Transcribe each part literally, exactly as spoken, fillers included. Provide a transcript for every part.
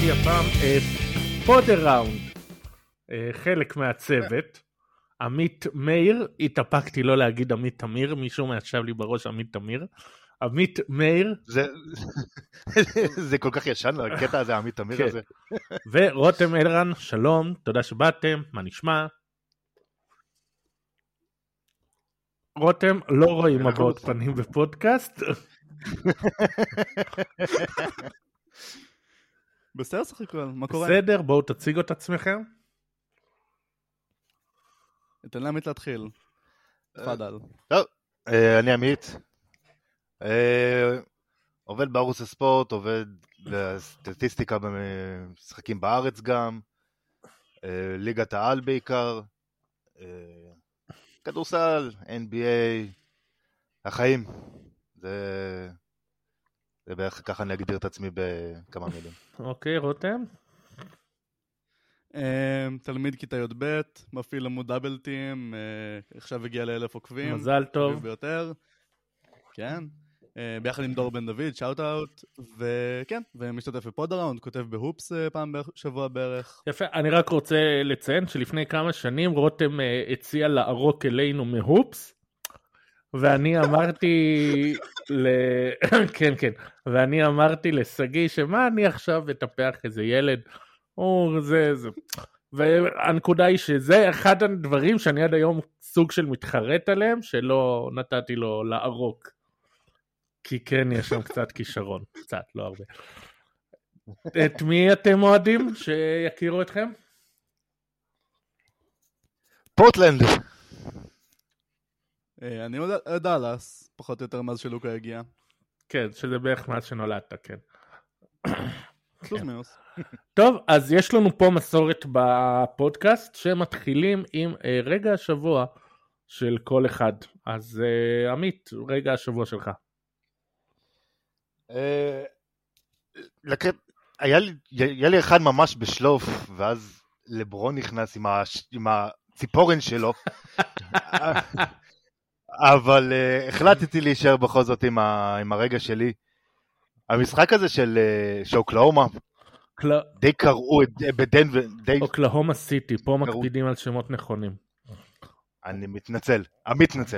איתי הפעם את פודראונד, חלק מהצוות, עמית מאיר, התאפקתי לא להגיד עמית תמיר, מישהו מהשב לי בראש עמית תמיר, עמית מאיר. זה, זה כל כך ישן, הקטע הזה, עמית תמיר כן. הזה. ורותם אלרן, שלום, תודה שבאתם, מה נשמע? רותם, לא רואים הבעות פנים בפודקאסט. בסדר שחיקו, מה קורה? בסדר, בואו תציגו את עצמכם. אתן לעמית להתחיל. תפדל. טוב, אני עמית. עובד בערוץ הספורט, עובד בסטטיסטיקה במשחקים בארץ גם. ליגת העל בעיקר. כדורסל, אן בי איי, החיים. זה... זה בערך ככה אני אגדיר את עצמי בכמה מילים. אוקיי, רותם. תלמיד כיתה י' ב', מפעיל עמוד דאבל טים, עכשיו הגיע לאלף עוקבים. מזל טוב. ביותר. כן. ביחד עם דור בן דוד, שאוט אאוט, וכן, ומשתתף בפודראונד, כותב בהופס פעם בשבוע בערך. יפה, אני רק רוצה לציין שלפני כמה שנים רותם הציע לערוק אלינו מהופס, ואני אמרתי ל... כן, כן, ואני אמרתי לסגי שמה אני עכשיו אטפח איזה ילד, או זה, זה. והנקודה היא שזה אחד הדברים שאני עד היום סוג של מתחרט עליהם, שלא נתתי לו לערוק. כי כן, יש שם קצת כישרון, קצת, לא הרבה. את מי אתם אוהדים שיכירו אתכם? פורטלנד. אני יודע דאלאס, פחות או יותר מאז שלוקה הגיע. כן, שזה בערך מאז שנולדת, כן. פלוס מינוס. טוב, אז יש לנו פה מסורת בפודקאסט, שמתחילים עם רגע השבוע של כל אחד. אז עמית, רגע השבוע שלך. היה לי אחד ממש בשלוף, ואז לברון נכנס עם הציפורן שלו, אבל החלטתי להישאר בכל זאת עם הרגע שלי. המשחק הזה של אוקלהומה, די קראו בדנבר, אוקלהומה סיטי, פה מקפידים על שמות נכונים. אני מתנצל, המתנצל.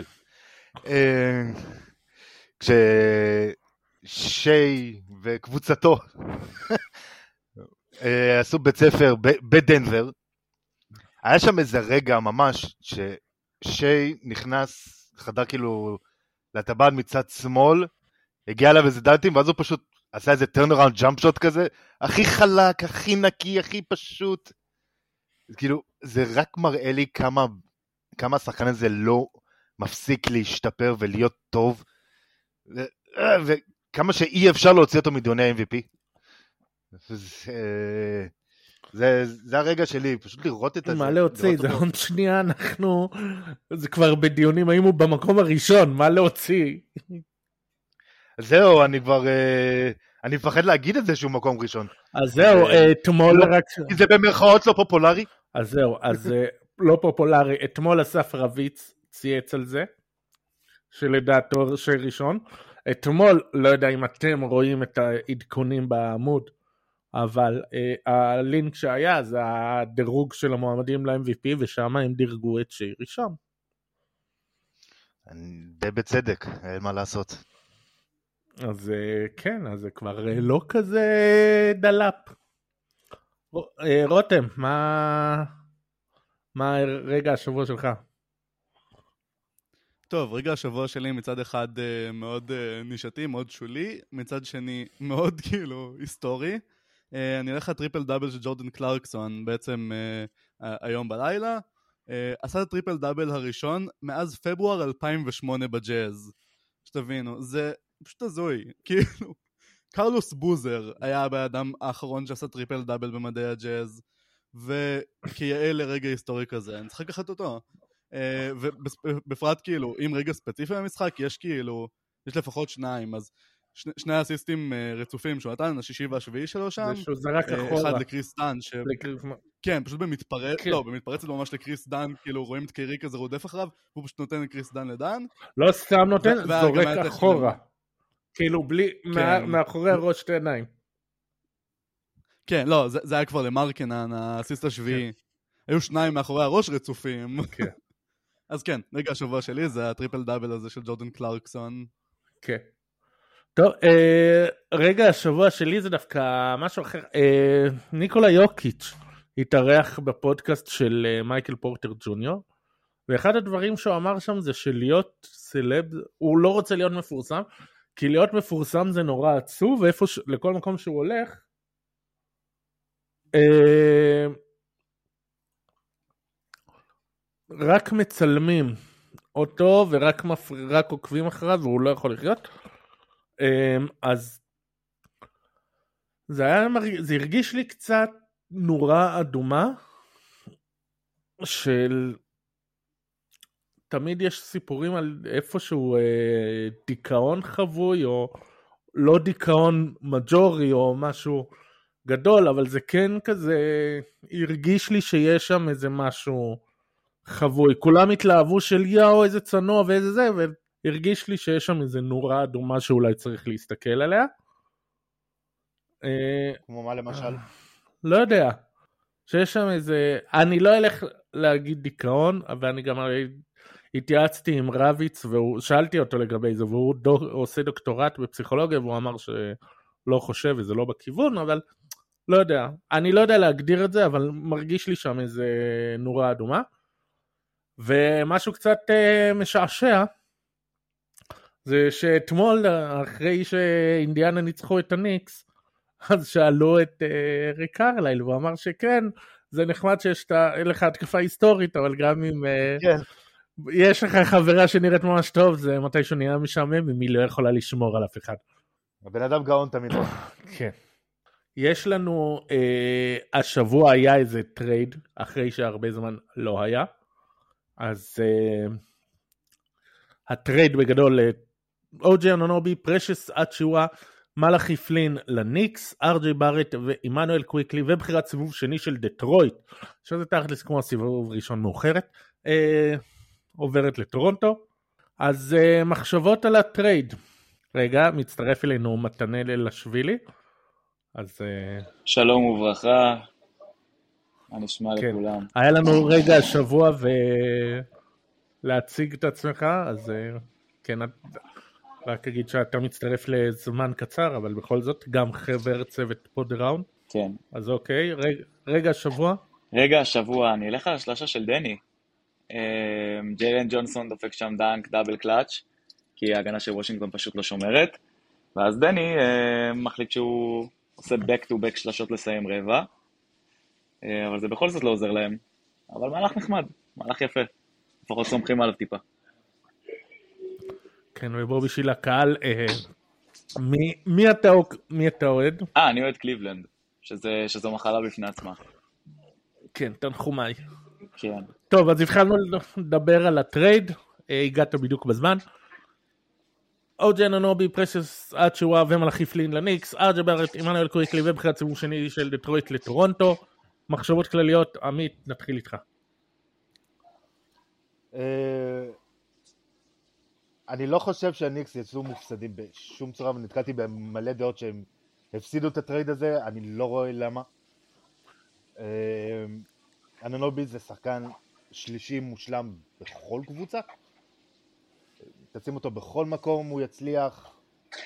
כש... שי וקבוצתו עשו בית ספר בדנבר, היה שם איזה רגע ממש ששי נכנס, חדר כאילו לטבעת מצד שמאל, הגיע אליו איזה דלטים, ואז הוא פשוט עשה איזה turnaround jump shot כזה, הכי חלק, הכי נקי, הכי פשוט. כאילו, זה רק מראה לי כמה, כמה השחקן הזה לא מפסיק להשתפר ולהיות טוב, ו... ו... כמה שאי אפשר להוציא אותו מדיוני ה-אם וי פי. זה, זה, זה הרגע שלי, פשוט לראות את זה. מה להוציא? זה עוד שנייה, אנחנו, זה כבר בדיונים, האם הוא במקום הראשון, מה להוציא? זהו, אני כבר, אני מפחד להגיד את זה שהוא מקום ראשון. אז זהו, אתמול רק... כי זה במרכאות לא פופולרי. אז זהו, אז לא פופולרי, אתמול אסף רביץ צייץ על זה, שלדעתו שראשון, אתמול, לא יודע אם אתם רואים את העדכונים בעמוד, אבל uh, הלינק שהיה זה הדירוג של המועמדים ל-אם וי פי, ושם הם דירגו את שי ראשון. די בצדק, אין מה לעשות. אז uh, כן, אז זה כבר uh, לא כזה דלאפ. ר, uh, רותם, מה, מה רגע השבוע שלך? טוב, רגע השבוע שלי מצד אחד uh, מאוד uh, נישתי, מאוד שולי, מצד שני מאוד כאילו היסטורי. Uh, אני הולך לטריפל דאבל של ג'ורדן קלרקסון בעצם uh, uh, היום בלילה. Uh, עשה את הטריפל דאבל הראשון מאז פברואר אלפיים ושמונה בג'אז. שתבינו, זה פשוט הזוי. כאילו, קרלוס בוזר היה האדם האחרון שעשה טריפל דאבל במדעי הג'אז, וכיאה לרגע היסטורי כזה, אני צריך לקחת אותו. Uh, ובפרט כאילו, אם רגע ספציפי במשחק, יש כאילו, יש לפחות שניים, אז שני, שני אסיסטים uh, רצופים שהוא נתן, השישי והשביעי שלו שם, זה זרק אחורה. אחד לקריס דן, ש... לקריס... כן, פשוט במתפרץ, כן. לא, במתפרצת ממש לקריס דן, כאילו רואים את קיירי כזה רודף אחריו, והוא פשוט נותן לקריס דן לדן. לא סתם נותן, ו... זורק אחורה. כאילו בלי, כן. מה... מאחורי הראש שתי עיניים. כן, לא, זה, זה היה כבר למרקנן, הסיסט השביעי. כן. היו שניים מאחורי הראש רצופים. כן. אז כן, רגע השבוע שלי זה הטריפל דאבל הזה של ג'ורדן קלרקסון. כן. טוב, אה, רגע השבוע שלי זה דווקא משהו אחר. אה, ניקולה יוקיץ' התארח בפודקאסט של אה, מייקל פורטר ג'וניור, ואחד הדברים שהוא אמר שם זה שלהיות סלב, הוא לא רוצה להיות מפורסם, כי להיות מפורסם זה נורא עצוב, ואיפה ש... לכל מקום שהוא הולך, אה, רק מצלמים אותו ורק מפר... רק עוקבים אחריו והוא לא יכול לחיות. אז זה היה זה הרגיש לי קצת נורה אדומה של תמיד יש סיפורים על איפשהו אה, דיכאון חבוי או לא דיכאון מג'ורי או משהו גדול, אבל זה כן כזה הרגיש לי שיש שם איזה משהו חבוי, כולם התלהבו של יאו איזה צנוע ואיזה זה, והרגיש לי שיש שם איזה נורה אדומה שאולי צריך להסתכל עליה. כמו מה למשל? לא יודע, שיש שם איזה, אני לא אלך להגיד דיכאון, אבל אני גם התייעצתי עם רביץ, ושאלתי אותו לגבי זה, והוא דו, עושה דוקטורט בפסיכולוגיה, והוא אמר שלא חושב וזה לא בכיוון, אבל לא יודע, אני לא יודע להגדיר את זה, אבל מרגיש לי שם איזה נורה אדומה. ומשהו קצת uh, משעשע, זה שאתמול, אחרי שאינדיאנה ניצחו את הניקס, אז שאלו את uh, ריק קרלייל, והוא אמר שכן, זה נחמד שיש לך התקפה היסטורית, אבל גם אם uh, כן. יש לך חברה שנראית ממש טוב, זה מתישהו נהיה משעמם, אם היא לא יכולה לשמור על אף אחד. הבן אדם גאון תמיד. כן. יש לנו, uh, השבוע היה איזה טרייד, אחרי שהרבה זמן לא היה, אז uh, הטרייד בגדול, או-ג'יי אנונובי, פרשס אצ'ואה, מלאכי פלין לניקס, אר-ג'יי בארט ואימנואל קוויקלי, ובחירת סיבוב שני של דטרויט, שזה תכלס כמו הסיבוב ראשון מאוחרת, uh, עוברת לטורונטו. אז uh, מחשבות על הטרייד. רגע, מצטרף אלינו מתנאל אלשווילי. אז... Uh... שלום וברכה. מה נשמע כן. לכולם? היה לנו רגע השבוע ולהציג את עצמך, אז כן, רק אגיד שאתה מצטרף לזמן קצר, אבל בכל זאת גם חבר צוות פוד ראונד. כן. אז אוקיי, רגע, רגע השבוע? רגע השבוע, אני אלך על השלושה של דני. ג'יילן ג'ונסון דופק שם דנק דאבל קלאץ', כי ההגנה של וושינגטון פשוט לא שומרת, ואז דני מחליט שהוא עושה back to back שלשות לסיים רבע, אבל זה בכל זאת לא עוזר להם. אבל מהלך נחמד, מהלך יפה. לפחות סומכים עליו טיפה. כן, ובוא בשביל הקהל, אה, מי, מי, אתה, מי אתה אוהד? אה, אני אוהד קליבלנד, שזה, שזו מחלה בפני עצמה. כן, תנחומיי. כן. טוב, אז התחלנו לדבר על הטרייד, אה, הגעת בדיוק בזמן. או-ג'יי אנונובי, פרשס אצ'ואה ומלאכי פלין לניקס, אר-ג'יי בארט, אימנואל קוויקלי ובחירת סיבוב שני של דטרויט לטורונטו. מחשבות כלליות, עמית, נתחיל איתך. אני לא חושב שהניקס יצאו מופסדים בשום צורה, ונתקלתי במלא דעות שהם הפסידו את הטרייד הזה, אני לא רואה למה. אנונובי זה שחקן שלישי מושלם בכל קבוצה, תשים אותו בכל מקום, הוא יצליח,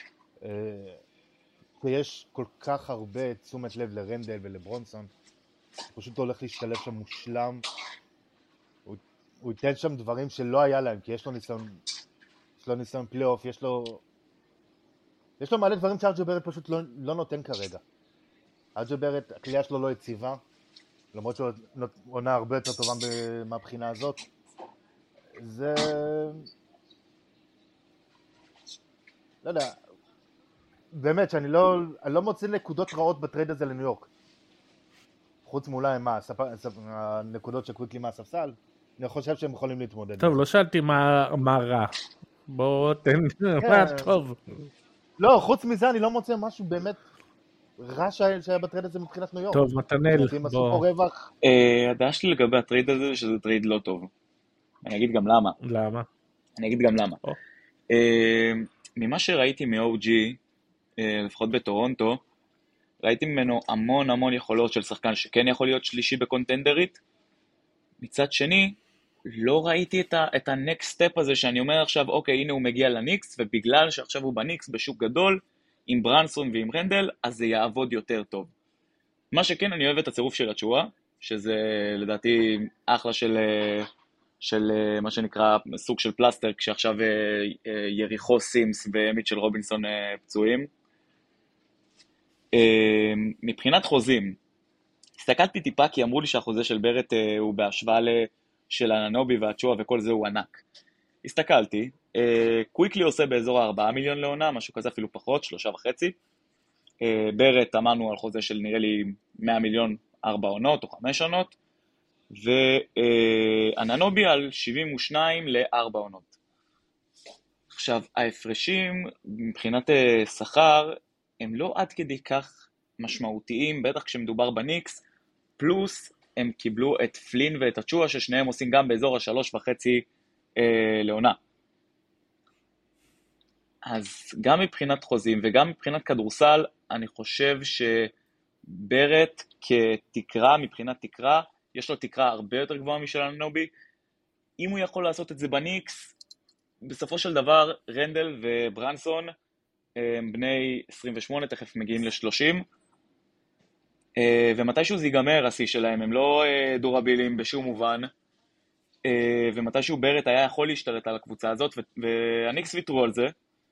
ויש כל כך הרבה תשומת לב לרנדל ולברונסון, הוא פשוט הולך להשתלב שם מושלם, הוא, הוא ייתן שם דברים שלא היה להם, כי יש לו ניסיון, יש לו ניסיון פלייאוף, יש לו, יש לו מעלה דברים שאר-ג'יי בארט פשוט לא, לא נותן כרגע. אר-ג'יי בארט, הקליעה שלו לא יציבה, למרות שהוא עונה הרבה יותר טובה מהבחינה הזאת. זה... לא יודע, באמת שאני לא, אני לא מוצא נקודות רעות בטרייד הזה לניו יורק. חוץ מאולי מה, הספ... הנקודות שקוויקלי מהספסל, אני חושב שהם יכולים להתמודד. טוב, לא שאלתי מה, מה רע. בוא תן, מה טוב. לא, חוץ מזה אני לא מוצא משהו באמת רע שהיה בטרייד הזה מבחינת ניו יורק. טוב, מתנאל, בוא. הדעה שלי לגבי הטרייד הזה שזה טרייד לא טוב. אני אגיד גם למה. למה? אני אגיד גם למה. ממה שראיתי מ-או-ג'י, לפחות בטורונטו, ראיתי ממנו המון המון יכולות של שחקן שכן יכול להיות שלישי בקונטנדרית. מצד שני, לא ראיתי את, ה, את ה-next step הזה שאני אומר עכשיו, אוקיי, הנה הוא מגיע לניקס, ובגלל שעכשיו הוא בניקס בשוק גדול, עם ברנסון ועם רנדל, אז זה יעבוד יותר טוב. מה שכן, אני אוהב את הצירוף של הצ'ואה, שזה לדעתי אחלה של, של מה שנקרא סוג של פלסטר, כשעכשיו יריחו סימס ומיטשל רובינסון פצועים. מבחינת חוזים, הסתכלתי טיפה כי אמרו לי שהחוזה של ברט הוא בהשוואה של אננובי והצ'ואה וכל זה הוא ענק. הסתכלתי, קוויקלי עושה באזור ה-ארבעה מיליון לעונה, משהו כזה אפילו פחות, שלושה וחצי. ברט אמרנו על חוזה של נראה לי מאה מיליון ארבע עונות או חמש עונות, ואננובי על שבעים ושתיים לארבע עונות. עכשיו, ההפרשים מבחינת שכר הם לא עד כדי כך משמעותיים, בטח כשמדובר בניקס, פלוס הם קיבלו את פלין ואת הצ'ואה, ששניהם עושים גם באזור השלוש וחצי אה, לעונה. אז גם מבחינת חוזים וגם מבחינת כדורסל, אני חושב שברט כתקרה, מבחינת תקרה, יש לו תקרה הרבה יותר גבוהה משל אננובי. אם הוא יכול לעשות את זה בניקס, בסופו של דבר רנדל וברנסון, הם בני עשרים ושמונה, תכף מגיעים ל-שלושים, ומתישהו זה ייגמר השיא שלהם, הם לא דורבילים בשום מובן, ומתישהו ברט היה יכול להשתלט על הקבוצה הזאת, והניקס ויתרו על זה,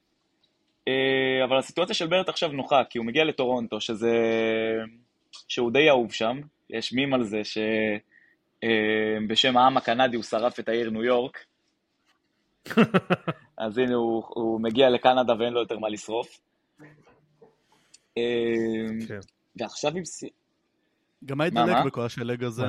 אבל הסיטואציה של ברט עכשיו נוחה, כי הוא מגיע לטורונטו, שזה, שהוא די אהוב שם, יש מים על זה, שבשם העם הקנדי הוא שרף את העיר ניו יורק, אז הנה הוא, הוא מגיע לקנדה ואין לו יותר מה לשרוף. כן. ועכשיו עם... גם מה ידלק בכל השלג הזה?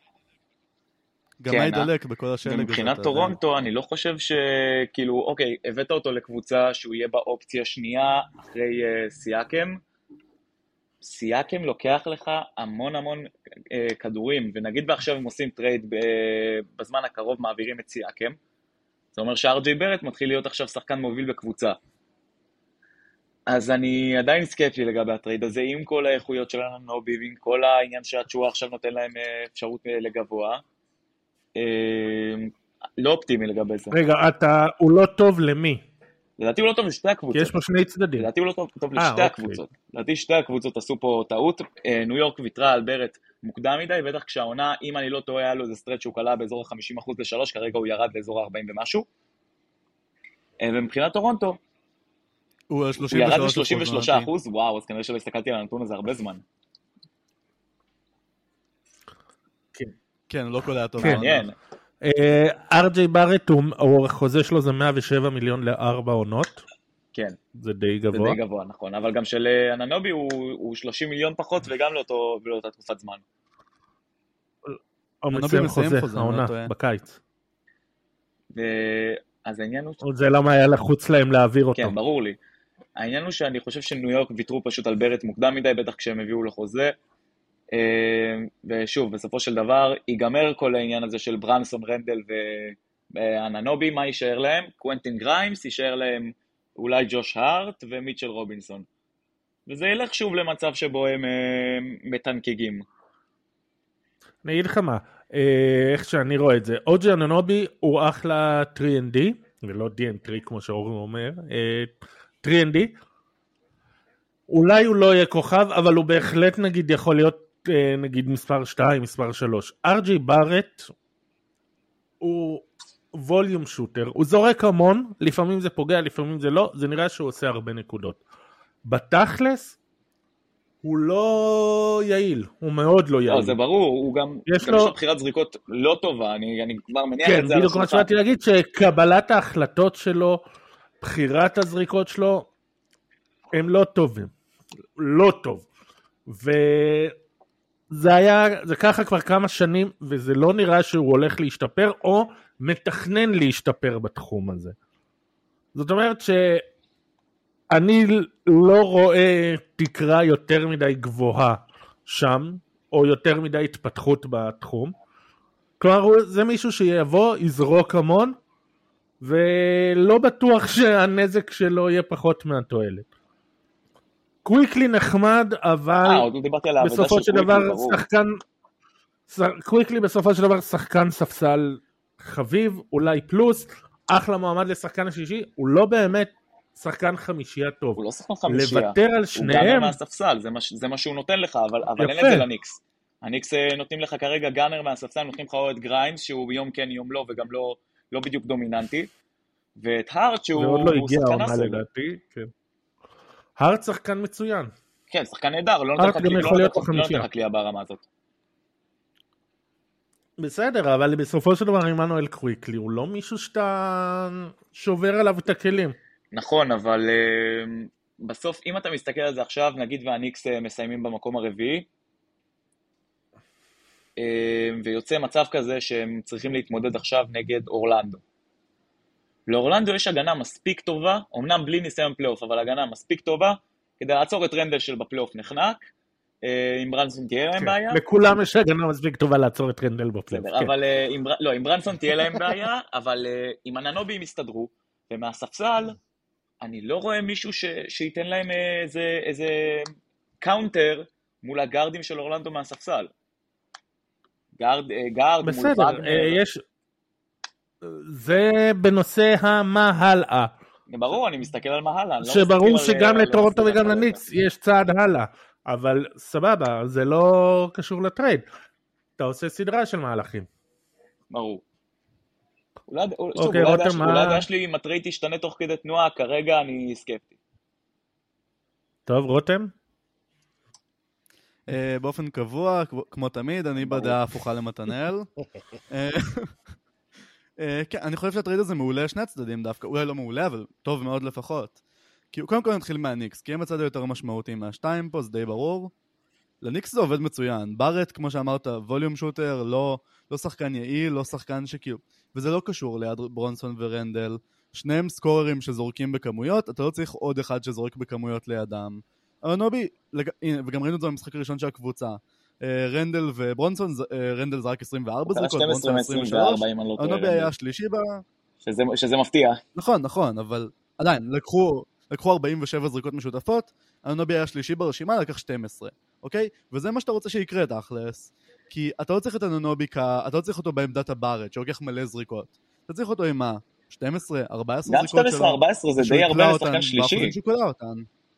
גם מה ידלק בכל השלג הזה? מבחינת טורונטו, אני לא חושב שכאילו, אוקיי, הבאת אותו לקבוצה שהוא יהיה באופציה שנייה אחרי סייקם. סייקם לוקח לך המון המון כדורים, ונגיד ועכשיו הם עושים טרייד בזמן הקרוב מעבירים את סייקם. זאת אומרת שאר ג'יי ברט מתחיל להיות עכשיו שחקן מוביל בקבוצה. אז אני עדיין סקפטי לגבי הטרייד הזה, עם כל האיכויות של אננובי, ועם כל העניין שהצ'ואה עכשיו נותן להם אפשרות לגבוה. לא אופטימי לגבי זה. רגע, אתה, הוא לא טוב למי? לדעתי הוא לא טוב לשתי הקבוצות. כי יש פה שני צדדים. לדעתי הוא לא טוב, טוב לשתי 아, הקבוצות. אוקיי. לדעתי שתי הקבוצות עשו פה טעות. ניו יורק ויתרה על ברט מוקדם מדי, בטח כשהעונה, אם אני לא טועה, היה לו איזה סטרט שהוא קלה באזור ה-חמישים אחוז לשלוש, כרגע הוא ירד לאזור ה-ארבעים ומשהו. ומבחינת טורונטו, הוא ירד ל-שלושים ושלושה אחוז, וואו, אז כנראה שלא הסתכלתי על הנתון הזה הרבה זמן. כן. כן, לא כל היה טוב. מעניין. אר ג'יי ברט, החוזה שלו זה מאה ושבע מיליון לארבע עונות. כן. זה די גבוה. זה די גבוה, נכון. אבל גם של אננובי הוא שלושים מיליון פחות, וגם לאותה תקופת זמן. הוא מסיים חוזה, העונה, בקיץ. אז העניין הוא... זה למה היה לחוץ להם להעביר אותו. כן, ברור לי. העניין הוא שאני חושב שניו יורק ויתרו פשוט על ברט מוקדם מדי, בטח כשהם הביאו לחוזה. ושוב, בסופו של דבר, ייגמר כל העניין הזה של ברנסון, רנדל ואננובי, מה יישאר להם? קוונטין גריימס, יישאר להם אולי ג'וש הארט ומיטשל רובינסון. וזה ילך שוב למצב שבו הם מתנקגים. אני אגיד לך מה, איך שאני רואה את זה, אוג'י אננובי הוא אחלה טרי אנד די, ולא די אנד טרי כמו שאורי אומר, טרי אנד די, אולי הוא לא יהיה כוכב, אבל הוא בהחלט נגיד יכול להיות נגיד מספר שתיים, מספר שלוש. אר ג'יי ברט הוא ווליום שוטר, הוא זורק המון, לפעמים זה פוגע, לפעמים זה לא, זה נראה שהוא עושה הרבה נקודות. בתכלס, הוא לא יעיל, הוא מאוד לא יעיל. לא, זה ברור, הוא גם יש לו בחירת זריקות לא טובה, אני, אני כבר מניח את זה על השלוחה. כן, בדיוק מה שבאתי להגיד, שקבלת ההחלטות שלו, בחירת הזריקות שלו, הם לא טובים, לא טוב. וזה היה, זה ככה כבר כמה שנים, וזה לא נראה שהוא הולך להשתפר, או מתכנן להשתפר בתחום הזה. זאת אומרת ש... אני לא רואה תקרה יותר מדי גבוהה שם, או יותר מדי התפתחות בתחום. כלומר, זה מישהו שיבוא, יזרוק המון, ולא בטוח שהנזק שלו יהיה פחות מהתועלת. קוויקלי נחמד, אבל אה, עוד לא דיברתי על העבודה בסופו של של קוויקלי, דבר ברור. שחקן, קוויקלי בסופו של דבר שחקן ספסל חביב, אולי פלוס, אחלה מועמד לשחקן השלישי, הוא לא באמת שחקן חמישייה טוב. הוא לא שחקן חמישייה. לוותר על הוא שניהם, גאנר מהספסל, זה מה, זה מה שהוא נותן לך, אבל, אבל אין יפה. את זה לניקס. הניקס אה, נותנים לך כרגע גאנר מהספסל, נותנים לך או את גריימס, שהוא יום כן יום לא, וגם לא, לא בדיוק דומיננטי, ואת הארט שהוא ועוד לא הוא הגיע שחקן העונה אסל. לדעתי, כן. הארט שחקן מצוין. כן, שחקן נהדר, לא הארט נותן לך גם כלי- יכול לא להיות נותן- לא בחמישייה. נותן לך כלייה ברמה הזאת. בסדר, אבל בסופו של דבר עמנואל קוויקלי, הוא לא מישהו שאתה שובר עליו את הכלים. נכון, אבל uh, בסוף, אם אתה מסתכל על זה עכשיו, נגיד והניקס uh, מסיימים במקום הרביעי, uh, ויוצא מצב כזה שהם צריכים להתמודד עכשיו נגד אורלנדו. לאורלנדו יש הגנה מספיק טובה, אמנם בלי ניסיון פלייאוף, אבל הגנה מספיק טובה, כדי לעצור את רנדל של בפלייאוף נחנק, uh, עם ברנסון תהיה להם כן. בעיה. לכולם יש הגנה מספיק טובה לעצור את רנדל בפלייאוף. בסדר, כן. אבל uh, עם, לא, עם ברנסון תהיה להם בעיה, אבל uh, עם אננובי הם יסתדרו, ומהספסל, אני לא רואה מישהו ש, שייתן להם איזה, איזה קאונטר מול הגארדים של אורלנדו מהספסל. גארד, גארד מול בסדר, וגנר. אה, יש... זה בנושא המה הלאה. ברור, אני מסתכל על מה הלאה. שברור שגם לטורונטו וגם לניקס. לניקס יש צעד הלאה. אבל סבבה, זה לא קשור לטרייד. אתה עושה סדרה של מהלכים. ברור. אולי, שוב, אוקיי, אולי רותם, הדעה שלי- מה- אולי הדעה שלי אם הטרייד תשתנה תוך כדי תנועה, כרגע אני סקפטי. טוב, רותם? אה, באופן קבוע, כמו- כמו תמיד, אני בדעה הפוכה למתנאל. אה, אה, כן, אני חושב שהטרייד הזה מעולה שני הצדדים דווקא, אולי לא מעולה, אבל טוב מאוד לפחות. כי קודם כל נתחיל מהניקס, כי הם הצד היותר משמעותי מהשתיים פה, זה די ברור. לניקס זה עובד מצוין. בארט, כמו שאמרת, ווליום שוטר, לא, לא שחקן יעיל, לא שחקן שכאילו... וזה לא קשור ליד ברונסון ורנדל. שניהם סקוררים שזורקים בכמויות, אתה לא צריך עוד אחד שזורק בכמויות לידם. אבל נובי, לג... הנה, וגם ראינו את זה במשחק הראשון של הקבוצה. אה, רנדל וברונסון, אה, רנדל זרק עשרים וארבע זריקות, שתים עשרה ברונסון עשרים ושלוש. מ-עשרים וארבע, אם אני לא טועה, הנובי רנדל. היה השלישי בה... שזה, שזה מפתיע. נכון, נכון, אבל עדיין, לקחו, לקחו ארבעים ושבע זריקות משותפות, הנובי היה שלישי ברשימה, לקח שתים עשרה, אוקיי? וזה מה שאתה רוצה שיקרה תכלס, כי אתה לא צריך את הנובי, אתה לא צריך אותו בעמדת הבארט, שלוקח מלא זריקות. אתה צריך אותו עם מה? שתים עשרה, ארבע עשרה גם זריקות שתים עשרה ארבע עשרה זה שהוא די יקלע הרבה אותן לשחקן שלישי. באחוזים שהוא קולע אותן.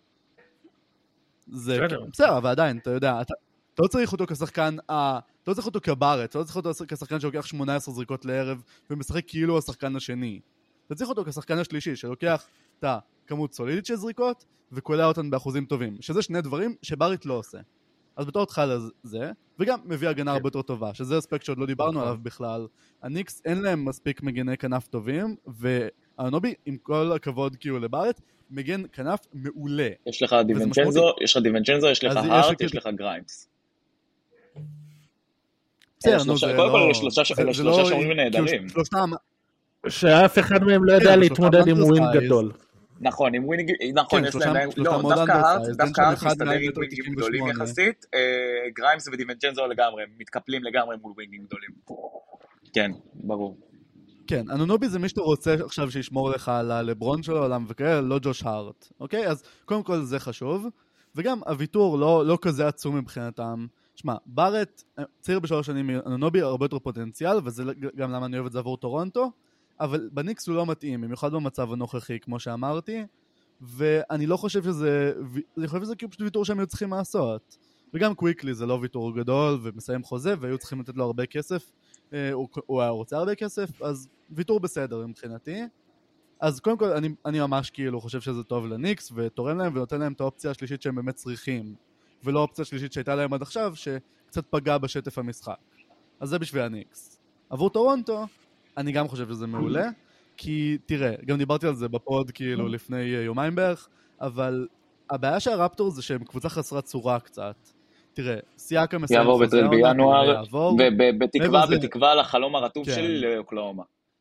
זה בסדר. בסדר, אבל עדיין, אתה יודע, אתה, אתה לא צריך אותו כשחקן, אה, אתה לא צריך אותו כבארט, אתה לא צריך אותו כשחקן שלוקח שמונה עשרה זריקות לערב ומשחק כאילו השחקן השני. אתה צריך אותו כשחקן השלישי שלוקח את הכמות סולידית של זריקות וקולע אותן באחוזים טובים, שזה שני דברים שבארט לא עושה. אז בתור התחלה זה, וגם מביא הגנה הרבה יותר טובה, שזה אספקט שעוד לא דיברנו עליו בכלל. הניקס אין להם מספיק מגני כנף טובים, והנובי, עם כל הכבוד כאילו לבארט, מגן כנף מעולה. יש לך דיוונצ'נזו, יש לך דיוונצ'נזו, יש לך אז יש הארט, לי- יש לך גריימס. בסדר, נו, שלושה- זה קודם כל, לא... אלה שלושה- זה- אלה זה שלושה לא- שומרים נהדרים. כאילו, שלושתם... שאף אחד מהם לא כן, יודע אבל להתמודד שלושתם עם ווינג undersized. גדול. נכון, עם ווינינג, נכון, כן, יש שלושתם- להם, שלושתם לא, מאוד דווקא הארט, undersized, דווקא אין הארט שם אחד מסתדר מעל עם מטר ווינגים תשעים גדולים ושמונה. יחסית, אה, גריימס ודיוונצ'נזו לגמרי, הם מתקפלים לגמרי מול ווינגים גדולים. כן, ברור. כן, אנונובי זה מי שאתה רוצה עכשיו שישמור לך על הלברון של העולם וכאלה, לא ג'וש הארט, אוקיי? אז קודם כל זה חשוב, וגם הוויתור לא, לא כזה עצום מבחינתם. שמע, בארט, צעיר בשלוש שנים, אנונובי הרבה יותר פוטנציאל, וזה גם למה אני אוהב את זה עבור טורונטו, אבל בניקס הוא לא מתאים, במיוחד במצב הנוכחי, כמו שאמרתי, ואני לא חושב שזה, אני חושב שזה כאילו פשוט ויתור שהם היו צריכים לעשות. וגם קוויקלי זה לא ויתור גדול, ומסיים חוזה, והיו צריכים לתת לו הרבה כסף, הוא, הוא היה רוצה הרבה כסף, אז ויתור בסדר מבחינתי. אז קודם כל אני, אני ממש כאילו חושב שזה טוב לניקס ותורם להם ונותן להם את האופציה השלישית שהם באמת צריכים, ולא האופציה השלישית שהייתה להם עד עכשיו שקצת פגעה בשטף המשחק. אז זה בשביל הניקס. עבור טורונטו אני גם חושב שזה מעולה, כי תראה, גם דיברתי על זה בפוד כאילו לפני יומיים בערך, אבל הבעיה של הרפטור זה שהם קבוצה חסרת צורה קצת. תראה, סייקה מסיים יעבור חוזה בטרייד העונה, בינואר, כנראה יעבור. ובתקווה, מעבר לזה- בתקווה לחלום הרטוב כן. שלי לאוקלאומה.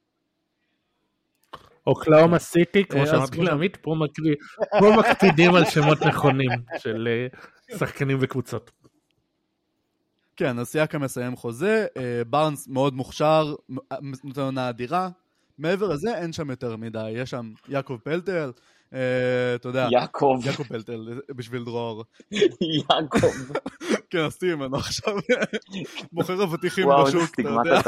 אוקלאומה סיטי, אה, כמו אז שאמרתי כמו ש- לעמית, פה מקריא- פה מקפידים על שמות נכונים של אה, שחקנים וקבוצות. כן, אז סייקה מסיים חוזה, אה, בארנס מאוד מוכשר, מ- נותן עונה אדירה. מעבר לזה אין שם יותר מדי, יש שם יעקב פלטל, אתה יודע, יעקב. יעקב פלטל, בשביל דרור. יעקב. כן, עשיתי ממנו עכשיו, מוכר אבטיחים וואו, איזה בשוק, אתה סטיגמט יודע. אתה.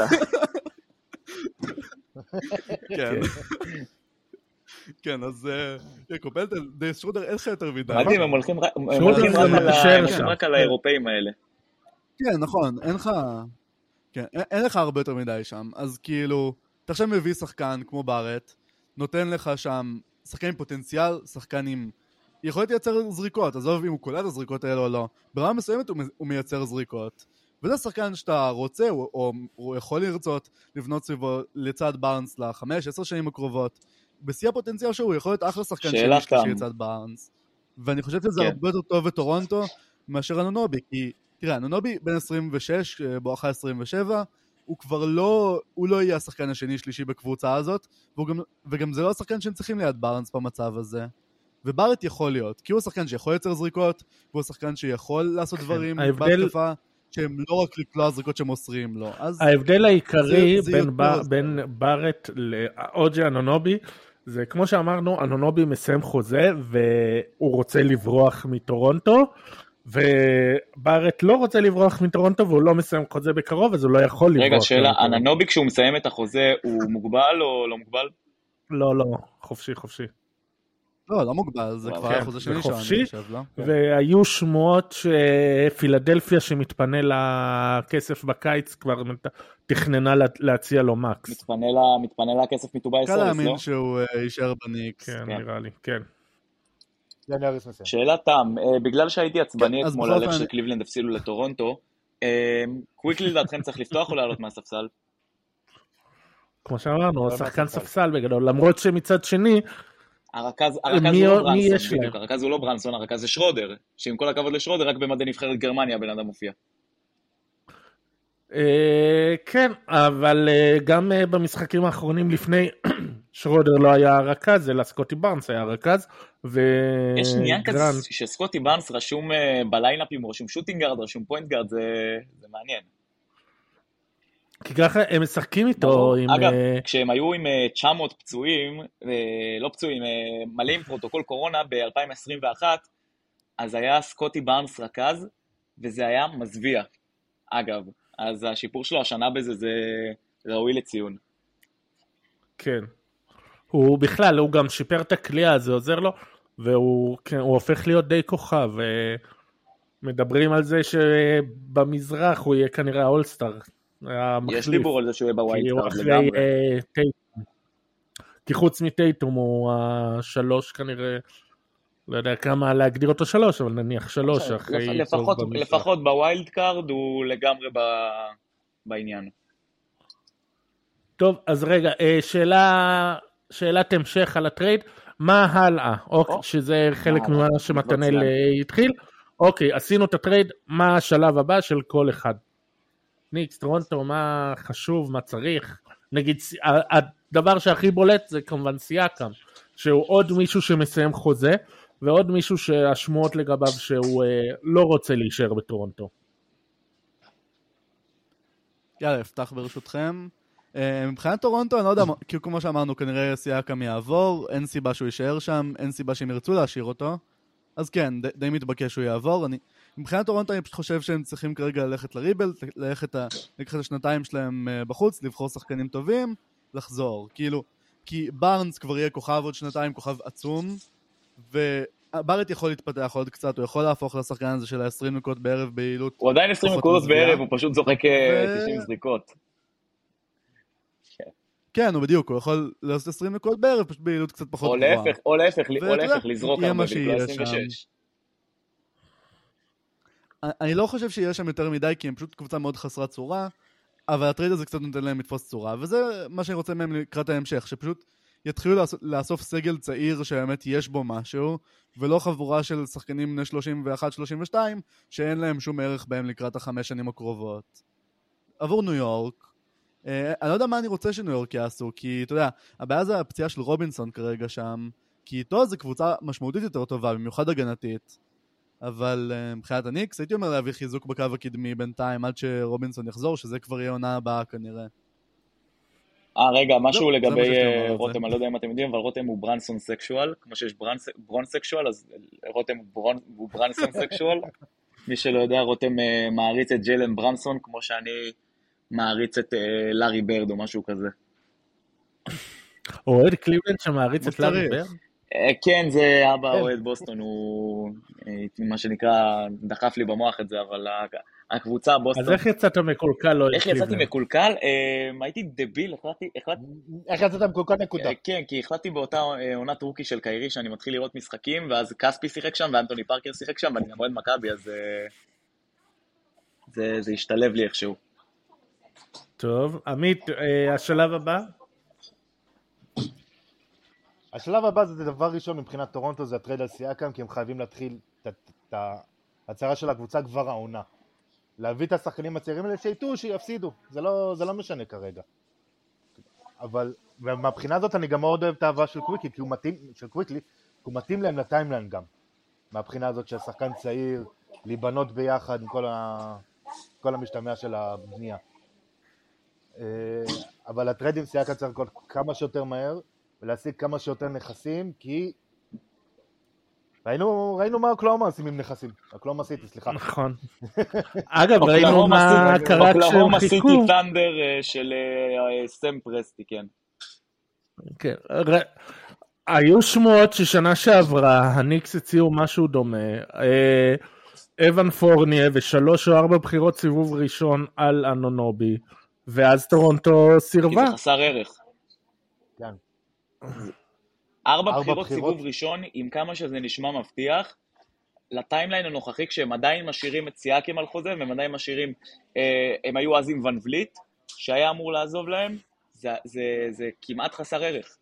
כן. כן, אז יעקב פלטל, דייס שרודר, אין לך יותר מדי. מדהים, הם הולכים רק הם שרודר הולכים זה רק על ה- מקשר הם שם. הולכים רק על האירופאים האלה. כן, נכון, אין לך... כן, אין- אין לך הרבה יותר מדי שם, אז כאילו, אתה עכשיו מביא שחקן כמו בארט, נותן לך שם שחקן עם פוטנציאל, שחקן עם... יכולת לייצר זריקות, עזוב אם הוא קולט את הזריקות האלה או לא, ברמה מסוימת הוא, מ- הוא מייצר זריקות. וזה שחקן שאתה רוצה, או, או הוא יכול לרצות לבנות סביבו לצד בארנס לחמש, עשר שנים הקרובות. בשיא הפוטנציאל שהוא יכול להיות אחלה שחקן שאלה שני שלישי תם. לצד בארנס. ואני חושב שזה כן. הרבה יותר טוב בטורונטו מאשר אנונובי, כי תראה, אנונובי בן עשרים ושש, בואכה עשרים ושבע, הוא כבר לא, הוא לא יהיה השחקן השני שלישי בקבוצה הזאת, גם, וגם זה לא השחקן שהם צריכים ליד בארנס במצב הזה. ובארט יכול להיות, כי הוא השחקן שיכול לייצר זריקות, והוא השחקן שיכול לעשות דברים ההבדל- בהתקפה, שהם לא רק לקלוע הזריקות שמוסרים לו. אז ההבדל העיקרי זה בין יותר ב- עוזר. בין בארט לאוג'י אנונובי, זה כמו שאמרנו, אנונובי מסיים חוזה, והוא רוצה לברוח מטורונטו, ובארט לא רוצה לברוח מטורונטו, והוא לא מסיים חוזה בקרוב, אז הוא לא יכול לברוח. רגע, שאלה, מטורונטו. אננובי כשהוא מסיים את החוזה, הוא מוגבל או לא מוגבל? לא, לא, חופשי, חופשי. לא, לא מוגבל, זה כן, כבר החוזה שני שלו, וחופשי. אני חושב, לא? והיו שמועות שפילדלפיה שמתפנה לכסף בקיץ כבר מת- תכננה לה- להציע לו מקס. מתפנה לה- מתפנה לה כסף מטובאי קל סוריס, להאמין לא? שהוא אה, יישאר בניקס. כן, כן. נראה לי, כן. יאני אריס מסיים. שאלה תם, אה, בגלל שהייתי עצבני כן, אז אתמול בכל על איך אופן- שקליבלנד הפסילו לטורונטו, אה, קוויקלי לדעתכם צריך לפתוח או לעלות מהספסל? כמו שאמרנו, לא שחקן מהספסל. ספסל בגדול, למרות שמצד שני, הרכז הרכז מי- הוא לא מי יש ברנסון, להם? בדיוק, הרכז הוא לא ברנסון, הרכז זה שרודר, שעם כל הכבוד לשרודר, רק במדי נבחרת גרמניה הבן אדם מופיע. אה, כן, אבל אה, גם אה, במשחקים האחרונים לפני שרודר לא היה הרכז, אלא סקוטי בארנס היה הרכז, וגרנט, יש עניין כזה שסקוטי בארנס רשום אה, בליינאפים, הוא רשום שוטינגארד, רשום פוינטגארד, זה זה מעניין. כי ככה הם משחקים איתו ברור. עם... אגב, אה, כשהם היו עם אה, תשע מאות פצועים, אה, לא פצועים, אה, מלא עם פרוטוקול קורונה ב-אלפיים עשרים ואחת, אז היה סקוטי בארנס רכז, וזה היה מזוויע. אגב, אז השיפור שלו השנה בזה זה ראוי לציון. כן. הוא בכלל, הוא גם שיפר את הכלייה, זה עוזר לו, והוא כן, הוא הופך להיות די כוכב. אה, מדברים על זה שבמזרח הוא יהיה כנראה האולסטאר. המחליף. יש דיבור על זה שהוא יהיה כי בוויילד הוא קארד אחרי לגמרי. אה, טייטום. כי חוץ מטייטום הוא השלוש כנראה, לא יודע כמה להגדיר אותו שלוש, אבל נניח שלוש אחרי... לפ- טוב לפחות, במזרח. לפחות בוויילד קארד הוא לגמרי ב... בעניין. טוב, אז רגע, אה, שאלה, שאלת המשך על הטרייד, מה הלאה? אוקיי, או, שזה חלק הלאה? ממה אני שמתנאל כבר אה, התחיל. אוקיי, עשינו את הטרייד, מה השלב הבא של כל אחד? ניקס, טורונטו, מה חשוב, מה צריך? נגיד, ס- ה- הדבר שהכי בולט זה כמובן סייקם, שהוא עוד מישהו שמסיים חוזה, ועוד מישהו שהשמועות לגביו שהוא אה, לא רוצה להישאר בטורונטו. יאללה, אפתח ברשותכם. אה, מבחינת טורונטו, אני לא יודע, כי כמו שאמרנו, כנראה סייקם יעבור, אין סיבה שהוא יישאר שם, אין סיבה שהם ירצו להשאיר אותו. אז כן, די, די מתבקש שהוא יעבור. אני, מבחינת טורונטו אני פשוט חושב שהם צריכים כרגע ללכת לריבלד, ללכת ה- לקחת את השנתיים שלהם אה, בחוץ, לבחור שחקנים טובים, לחזור. כאילו, כי בארנס כבר יהיה כוכב עוד שנתיים, כוכב עצום, ובארט יכול להתפתח עוד קצת, הוא יכול להפוך לשחקן הזה של ה-עשרים נקודות בערב ביעילות. הוא עדיין עשרים פחות נקודות מזוויע. בערב, הוא פשוט זורק אה, ו- תשעים זריקות. כן, הוא בדיוק, הוא יכול לעשות עשרים נקודות בערב, פשוט ביעילות קצת פחות או גבוהה. להפך, או להפך, או ואתה יודע, להפך, לזרוק יהיה הרבה מה בגלל שיהיה עשרים ושש. אני לא חושב שיהיה שם יותר מדי, כי הם פשוט קבוצה מאוד חסרת צורה, אבל הטרייד הזה קצת נותן להם לתפוס צורה, וזה מה שאני רוצה מהם לקראת ההמשך, שפשוט יתחילו לאסוף, לאסוף סגל צעיר שבאמת יש בו משהו, ולא חבורה של שחקנים בני שלושים ואחת שלושים ושתיים, שאין להם שום ערך בהם לקראת החמש שנים הקרובות. עבור ניו יורק, אה, אני לא יודע מה אני רוצה שניו יורק יעשו, כי אתה יודע, הבעיה זה הפציעה של רובינסון כרגע שם, כי איתו זו קבוצה משמעותית יותר טובה, במיוחד הגנתית. אבל uh, מבחינת הניקס, הייתי אומר להביא חיזוק בקו הקדמי בינתיים עד שרובינסון יחזור, שזה כבר יהיה עונה הבאה כנראה. אה, רגע, משהו זהו, זה מה לגבי שיש לי לומר אה, על זה. רותם, אני לא יודע אם אתם יודעים, אבל רותם הוא ברנסון סקשואל, כמו שיש ברנס- ברון סקשואל, אז רותם הוא ברון- הוא ברנסון סקשואל. מי שלא יודע, רותם אה, מעריץ את ג'יילן ברנסון, כמו שאני מעריץ את אה, לארי ברד או משהו כזה. אוהד קליבלנד שמעריץ כמו את לארי שצריך. ברד? אה, כן, זה אבא כן. אוהד בוסטון, הוא אה, מה שנקרא, דחף לי במוח את זה, אבל ה- הקבוצה אז בוסטון... איך יצאת מקולקל לא איך יצאתי מקולקל? אה, הייתי דביל, החלטתי... החלטתי איך יצאת כל כך נקודה? אה, כן, כי החלטתי באותה אה, עונת רוקי של קיירי שאני מתחיל לראות משחקים, ואז קספי שיחק שם ואנטוני פארקר שיחק שם, ואני גם אוהד מכבי, אז אה, זה, זה השתלב לי איכשהו. טוב, עמית, אה, השלב הבא? השלב הבא זה דבר ראשון מבחינת טורונטו, זה הטרייד על סיאקם, כי הם חייבים להתחיל את- את את ההצהרה של הקבוצה כבר העונה. להביא את השחקנים הצעירים האלה שיתו, שיפסידו, זה לא, זה לא משנה כרגע. אבל מהבחינה הזאת אני גם מאוד אוהב את האהבה של קוויקלי, כי הוא מתאים, של קוויקלי, כי הוא מתאים להם לטיימליין גם. מהבחינה הזאת של שחקן צעיר, להיבנות ביחד עם כל, ה... כל המשתמע של הבנייה. אה, אבל הטריידים סיאקם צריך לקרות כמה שיותר מהר, ולהשיג כמה שיותר נכסים, כי ראינו, ראינו מה אוקלאומה עושים עם נכסים, אוקלאומה סיטי, סליחה. נכון. אגב, ראינו אוקלהומה מה סיטי- קרה כשהם אוקלהומה סיטי חיכו. תנדר אה, של אה, אה, סם פרסטי, כן. כן, ר... היו שמועות ששנה שעברה הניקס הציעו משהו דומה, אה, אבן פורניה ושלוש או ארבע בחירות סיבוב ראשון על אנונובי, ואז טורונטו כי סירבה. זה חסר ערך. כן. ארבע ארבע בחירות בחירות. סיבוב ראשון, עם כמה שזה נשמע מבטיח, לטיימליין הנוכחי, כשהם עדיין משאירים את סיאקים על חוזה, והם עדיין משאירים, אה, הם היו אז עם ון וליט, שהיה אמור לעזוב להם, זה, זה, זה כמעט חסר ערך.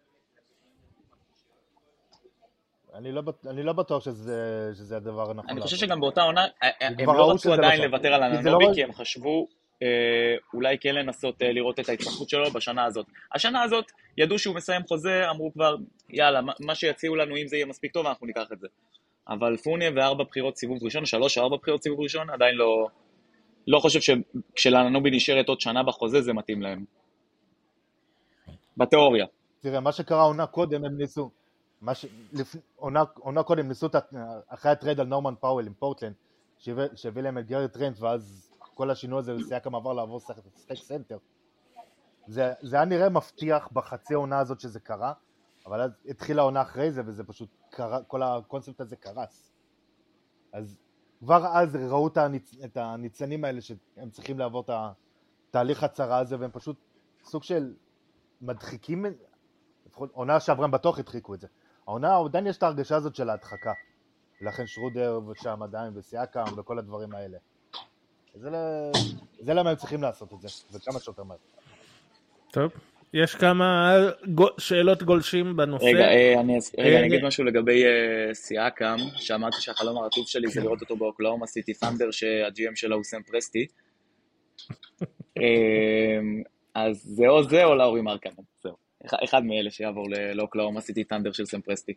אני לא, בט- אני לא בטוח שזה, שזה הדבר הנכון. אני חושב לעשות. שגם באותה עונה, אה, אה, הם כבר לא ראו רצו שזה עדיין לא שם. לוותר על כי זה אננובי, לא- כי הם חשבו אה, אולי כן לנסות אה, לראות את ההתפתחות שלו בשנה הזאת. השנה הזאת, ידעו שהוא מסיים חוזה, אמרו כבר, יאללה, מה- מה שיציעו לנו, אם זה יהיה מספיק טוב, אנחנו ניקח את זה. אבל פוניה וארבע בחירות סיבוב ראשון, שלוש או ארבע בחירות סיבוב ראשון, עדיין לא, לא חושב שכשלאננובי נשארת עוד שנה בחוזה, זה מתאים להם. בתיאוריה. תראה, מה שקרה עונה קודם, הם ניסו, מה ש... לפ... עונה, עונה קודם ניסו, את ה- אחרי הטרייד על נורמן פאוול עם פורטלנד, שהביא, שהביא להם את גרי טרנט, ואז כל השינוי הזה לסייקם עבר לעבור סטייק סנטר. זה, זה היה נראה מבטיח בחצי העונה הזאת שזה קרה, אבל אז התחילה העונה אחרי זה, וזה פשוט קרה, כל הקונספט הזה קרס. אז כבר אז ראו את, הניצ... את הניצנים האלה שהם צריכים לעבור את התהליך הצרה הזה, והם פשוט סוג של מדחיקים, לפחות עונה שעברם בטוח הדחיקו את זה. העונה עדיין יש את ההרגשה הזאת של ההדחקה, לכן שרודר ושם עדיין וסיאקם וכל הדברים האלה. זה, ל... זה למה הם צריכים לעשות את זה, וכמה שיותר מהר. טוב, יש כמה גו- שאלות גולשים בנושא. רגע, אה, אני, אס- רגע, אה, אני אגיד משהו לגבי אה, סיאקם, שאמרתי שהחלום הרטוב שלי זה לראות אותו באוקלהומה סיטי תנדר, שה-ג'י אם שלה הוא סם פרסטי. אה, אז זה או זה או לאורי מרקנן, זהו. אחד- אחד מאלה שיעבור ל- לאוקלהומה סיטי תנדר של סם פרסטי.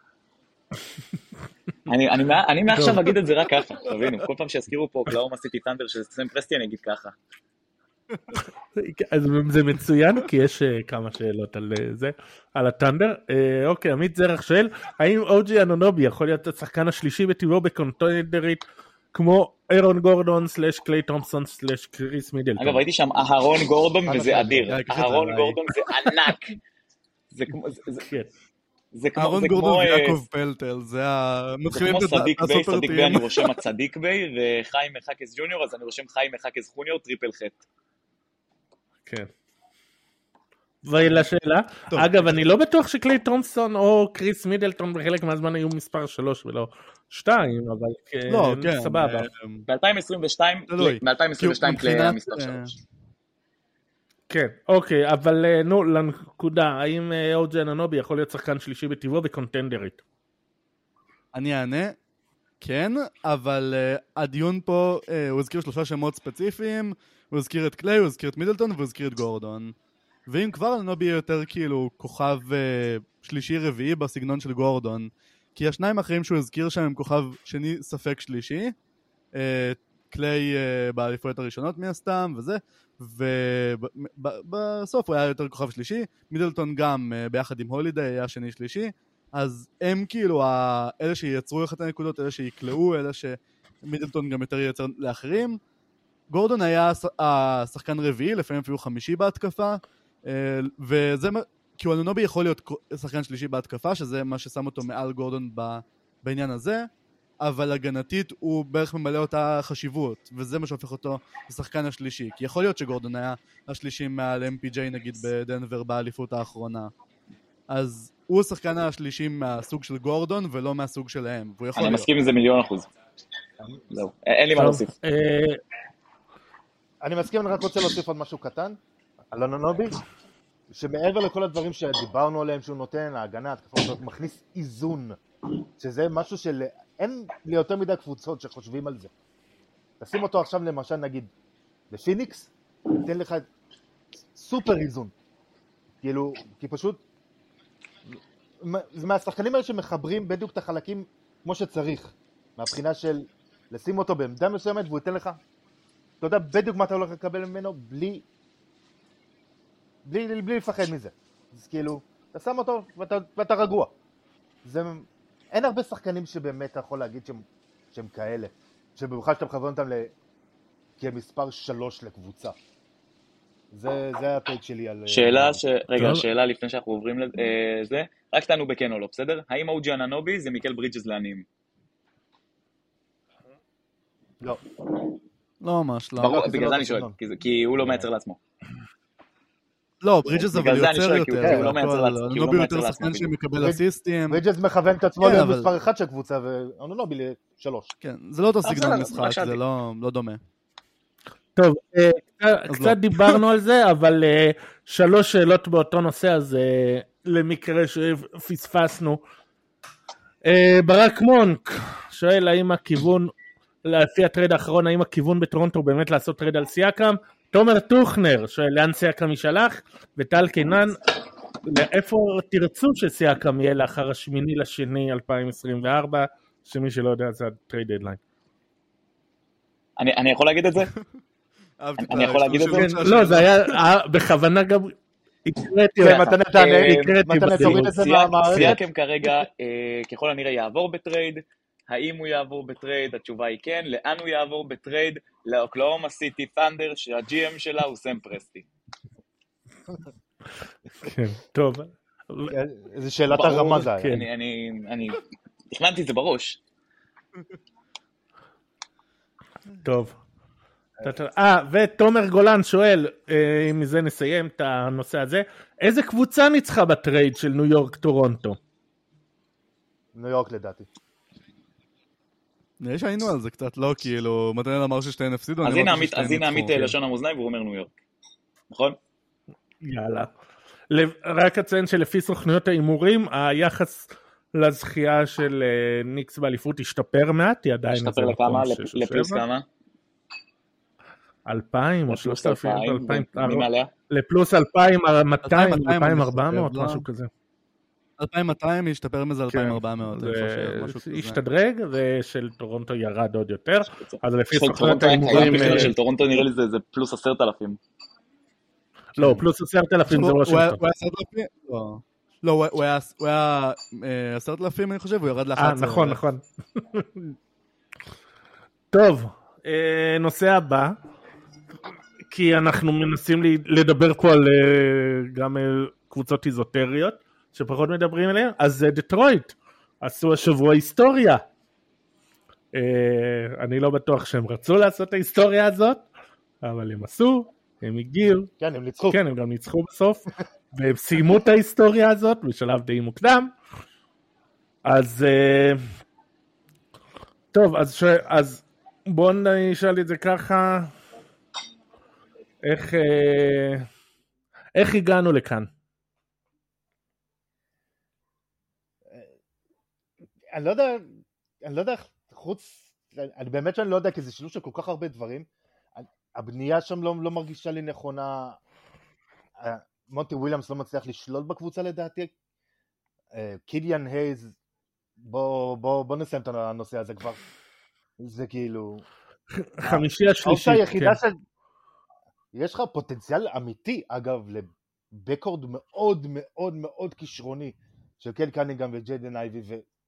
אני, אני, מה- אני מעכשיו אגיד את זה רק ככה, תבינו, כל פעם שיזכירו פה אוקלהומה סיטי תנדר של סם פרסטי, אני אגיד ככה. אז זה מצוין, כי יש אה, כמה שאלות על אה, זה, על הטנדר. אה, אוקיי, עמית זרח שואל, האם אוג'י אנונובי יכול להיות השחקן השלישי בטבעו בקונטנדרית, כמו אירון גורדון סלש קליי תומפסון סלש קריס מידלטון? אגב, ראיתי שם אהרון גורדון, חד וזה משמעית. אדיר. די, קח את זה אהרון עליי. גורדון זה ענק. זה כמו, זה- זה- כן. זה כמו, אהרון זה גורדון כמו, אה, ויעקב פלטל, זה ה... זה מתחילים כמו את ה- סדיק ביי, הסופר סדיק ביי טים. אני רושם הצדיק ביי, וחיים מחקס ג'וניור, אז אני רושם חיים מחקס חוניור, טריפל חטא. כן. ולשאלה, טוב. אגב, אני לא בטוח שקליי תומפסון או קריס מידלטון בחלק מהזמן היו מספר שלוש ולא שתיים, אבל כן, לא, כן. סבבה. אה, ב-אלפיים עשרים ושתיים, תלוי. ב-אלפיים עשרים ושתיים כי קליי היה מספר מבחינת, שלוש. כן, אוקיי, אבל אה, נו, לנקודה, האם אה, אוג'י אנונובי יכול להיות שחקן שלישי בטבעו וקונטנדרית? אני אענה, כן, אבל uh, הדיון פה, uh, הוא הזכיר שלושה שמות ספציפיים, הוא הזכיר את קליי, הוא הזכיר את מידלטון והוא הזכיר את גורדון. ואם כבר אנונובי יהיה יותר כאילו כוכב uh, שלישי רביעי בסגנון של גורדון, כי השניים האחרים שהוא הזכיר שם הם כוכב שני ספק שלישי, uh, קליי uh, באליפויות הראשונות מן הסתם וזה, ובסוף הוא היה יותר כוכב שלישי, מידלטון גם ביחד עם הולידיי היה שני שלישי, אז הם כאילו אלה שייצרו לך את הנקודות, אלה שיקלעו, אלה שמידלטון גם יותר ייצר לאחרים. גורדון היה השחקן רביעי, לפעמים אפילו חמישי בהתקפה, וזה, כי אנונובי יכול להיות שחקן שלישי בהתקפה, שזה מה ששם אותו מעל גורדון בעניין הזה, אבל הגנתית הוא בערך ממלא אותה חשיבות, וזה מה שהופך אותו לשחקן השלישי, כי יכול להיות שגורדון היה השלישי מעל אם פי ג'יי נגיד בדנבר באליפות האחרונה, אז הוא השחקן השלישי מהסוג של גורדון ולא מהסוג שלהם, והוא יכול אני להיות. מסכים עם זה מיליון אחוז. זהו, אין לי מה להוסיף. אני מסכים, אני רק רוצה להוסיף עוד משהו קטן על אנונובי, שמעבר לכל הדברים שדיברנו עליהם שהוא נותן, ההגנה, התקפה, הוא מכניס איזון, שזה משהו של אין לי יותר מדי קבוצות שחושבים על זה. תשים אותו עכשיו למשל נגיד בפיניקס, תן לך סופר איזון, כאילו, כי פשוט זה מהשחקנים האלה שמחברים בדיוק את החלקים כמו שצריך, מהבחינה של לשים אותו בעמדה מסוימת והוא ייתן לך, אתה יודע בדיוק מה אתה הולך לקבל ממנו בלי בלי, בלי לפחד מזה. אז כאילו, אתה שם אותו ואתה, ואתה רגוע. זה, אין הרבה שחקנים שבאמת אתה יכול להגיד שהם, שהם כאלה, שבמיוחד שאתה מכוון אותם ל... כמספר שלוש לקבוצה. זה, זה הטייק שלי על... שאלה ש... רגע, שאלה לפני שאנחנו עוברים לזה, רק תענו בכן או לא, בסדר? האם אוג'י אננובי זה מיקל ברידג'ס לעניים? לא. לא ממש, לא. ברור, בגלל זה אני שואל, כי הוא לא מייצר לעצמו. לא, ברידג'ס אבל יוצר יותר, הוא לא מייצר לעצמו. אנונובי יותר שחקן שמקבל אסיסטים. ברידג'ס מכוון את עצמו להיות מספר אחד של קבוצה, ואנונובי לשלוש. כן, זה לא אותו סגנון משחק, זה לא דומה. טוב, קצת דיברנו על זה, אבל שלוש שאלות באותו נושא, אז למקרה שפספסנו. ברק מונק שואל האם הכיוון, לפי הטרייד האחרון, האם הכיוון בטורונטו באמת לעשות טרייד על סייקם? תומר טוכנר שואל לאן סייקם ישלח, וטל קינן, לאיפה תרצו שסייקם יהיה לאחר השמיני לשני אלפיים עשרים וארבע, שמי שלא יודע זה הטרייד דדליין. אני יכול להגיד את זה? אני יכול להגיד את זה? לא, זה היה בכוונה גם הקראתי. מתנה תוריד את זה מהמערכת. סייקם כרגע ככל הנראה יעבור בטרייד. האם הוא יעבור בטרייד? התשובה היא כן. לאן הוא יעבור בטרייד? לאוקלהומה סיטי ת'נדר, שהג'י אם שלה הוא סם פרסטי. כן, טוב. איזה שאלת הרמה זה היה. אני תכננתי את זה בראש. טוב. אה, ותומר גולן שואל, אם מזה נסיים את הנושא הזה, איזה קבוצה ניצחה בטרייד של ניו יורק טורונטו? ניו יורק לדעתי. נראה שהיינו על זה קצת, לא כאילו, מתנאל אמר ששתיהן הפסידו. אז הנה עמית לשון המאזניים והוא אומר ניו יורק, נכון? יאללה. רק אציין שלפי סוכנויות האימורים, היחס לזכייה של ניקס באליפות השתפר מעט, היא עדיין... השתפר לכמה? לפלוס כמה? אלפיים או שלושת אלפים, מי מעליה? לפלוס אלפיים מאתיים, אלפיים ארבע מאות, משהו כזה. אלפיים ומאתיים ישתפר מזה אלפיים וארבע מאות. השתדרג, ושל טורונטו ירד עוד יותר. אז לפי סוכנויות האימורים... של טורונטו נראה לי זה פלוס עשרת אלפים. לא, פלוס עשרת אלפים זה וושינגטון. הוא היה עשרת אלפים? לא. לא, הוא היה עשרת אלפים אני חושב, הוא ירד לאחת עשרה. נכון, נכון. טוב, נושא הבא, כי אנחנו מנסים לדבר פה על גם קבוצות איזוטריות, שפחות מדברים עליהן, אז דטרויט עשו השבוע היסטוריה. אני לא בטוח שהם רצו לעשות את ההיסטוריה הזאת, אבל הם עשו, הם הגיעו. כן, הם ניצחו. כן, הם גם ניצחו בסוף, והם סיימו את ההיסטוריה הזאת בשלב די מוקדם. אז טוב, אז, ש... אז בואו נשאל את זה ככה, איך, איך הגענו לכאן? אני לא יודע, אני לא יודע, חוץ, אני באמת שאני לא יודע, כי זה שילוב של כל כך הרבה דברים, הבנייה שם לא, לא מרגישה לי נכונה, מונטי וויליאמס לא מצליח לשלול בקבוצה לדעתי, קיליאן הייז, בוא, בוא, בוא נסיים את הנושא הזה כבר, זה כאילו... חמישי השלישי, היחידה כן. של... יש לך פוטנציאל אמיתי, אגב, לבקורד מאוד מאוד מאוד כישרוני, של קייד קנינגהאם וג'יידן אייבי,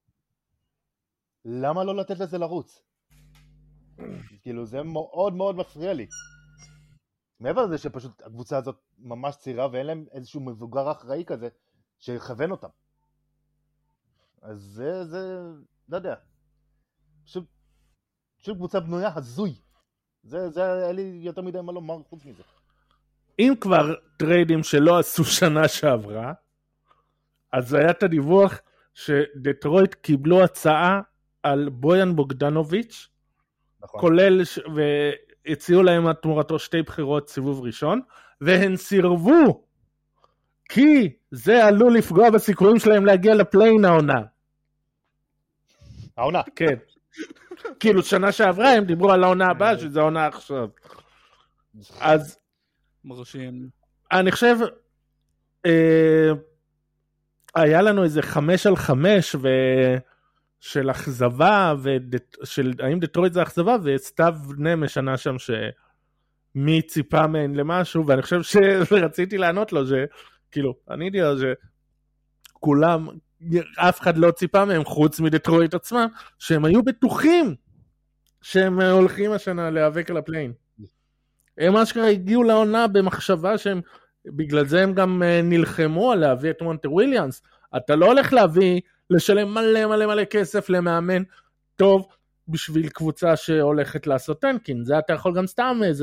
ולמה לא לתת לזה לרוץ? כאילו, זה מאוד מאוד מפריע לי. מעבר לזה שפשוט הקבוצה הזאת ממש צעירה, ואין להם איזשהו מבוגר אחראי כזה, שיכוון אותם. אז זה, זה, לא יודע. פשוט, פשוט קבוצה בנויה הזוי. זה, זה, אין לי יותר מדי מה לומר חוץ מזה. אם כבר טריידים שלא עשו שנה שעברה, אז היה את הדיווח שדטרויט קיבלו הצעה על בויאן בוגדנוביץ', נכון. כולל, ש... והציעו להם תמורתו שתי בחירות סיבוב ראשון, והן סירבו, כי זה עלול לפגוע בסיכויים שלהם להגיע לפליין העונה. העונה. כן. כאילו שנה שעברה הם דיברו על העונה הבאה, שזה העונה עכשיו. אז מרשים. אני חושב, אה, היה לנו איזה חמש על חמש ו... של אכזבה, ושל האם דטרויט זה אכזבה, וסתיו נמש ענה שם שמי ציפה מהן למשהו, ואני חושב שרציתי לענות לו, שכאילו, אני יודע שכולם, אף אחד לא ציפה מהם, חוץ מדטרויט עצמם, שהם היו בטוחים שהם הולכים השנה להיאבק על הפליין. הם אשכרה הגיעו לעונה במחשבה שהם, בגלל זה הם גם נלחמו על להביא את מונטר וויליאנס. אתה לא הולך להביא, לשלם מלא מלא מלא כסף למאמן טוב, בשביל קבוצה שהולכת לעשות טנקין. זה אתה יכול גם סתם איזה,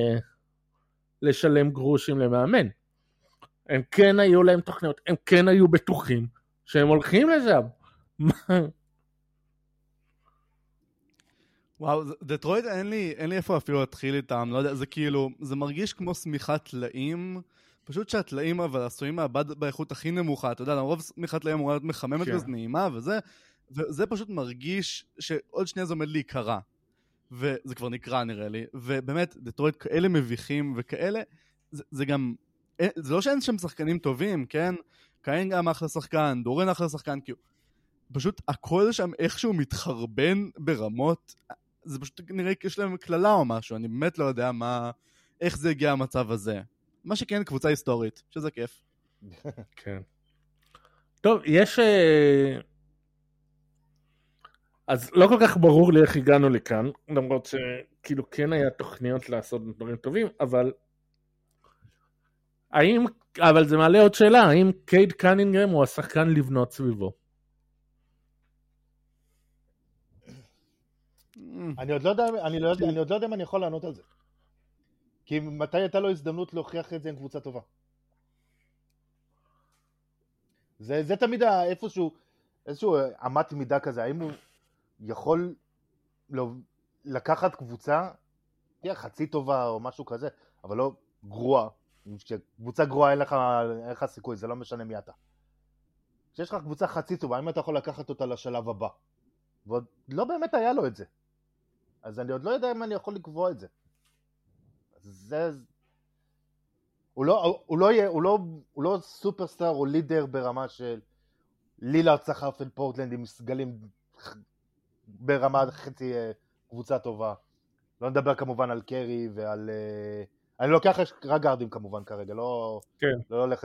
לשלם גרושים למאמן. הם כן היו להם תוכניות, הם כן היו בטוחים, שהם הולכים לשם. וואו, דטרויט אין לי, אין לי איפה אפילו להתחיל איתם, לא יודע, זה כאילו, זה מרגיש כמו סמיכת טלאים, פשוט שהטלאים אבל עשויים מהבד באיכות הכי נמוכה, אתה יודע, למרוב סמיכת טלאים אמורה להיות מחממת וזה נעימה, וזה, וזה פשוט מרגיש שעוד שנייה זה עומד להיקרא, וזה כבר נקרא נראה לי, ובאמת, דטרויט כאלה מביכים וכאלה, זה, זה גם, זה לא שאין שם שחקנים טובים, כן? קיין גם אחלה שחקן, דורן אחלה שחקן, כאילו, פשוט הכל שם איכשהו מתחרבן ברמות, זה פשוט נראה שיש להם כללה או משהו, אני באמת לא יודע מה, איך זה הגיע המצב הזה. מה שכן קבוצה היסטורית, שזה כיף. כן. טוב, יש... אז לא כל כך ברור לי איך הגענו לכאן, למרות שכאילו כן היה תוכניות לעשות דברים טובים, אבל... האם... אבל זה מעלה עוד שאלה, האם קייד קנינגהאם הוא השחקן לבנות סביבו? אני עוד לא יודע, אני לא יודע, אני עוד לא יודע אם אני יכול לענות על זה. כי מתי הייתה לו הזדמנות להוכיח את זה עם קבוצה טובה? זה, זה תמיד איפשהו, איזשהו אמת מידה כזה, האם הוא יכול לקחת קבוצה, תהיה חצי טובה או משהו כזה, אבל לא גרועה. כשקבוצה גרועה אין לך, אין לך סיכוי, זה לא משנה מי אתה. כשיש לך קבוצה חצי טובה, האם אתה יכול לקחת אותה לשלב הבא? ועוד לא באמת היה לו את זה. אז אני עוד לא יודע אם אני יכול לקבוע את זה. זה... הוא לא, הוא לא, הוא לא, הוא לא סופרסטאר או לידר ברמה של לילארד סחף את פורטלנד עם סגלים ברמה חצי קבוצה טובה. לא נדבר כמובן על קרי ועל... אני לוקח רק גארדים כמובן כרגע, לא... כן. לא הולך...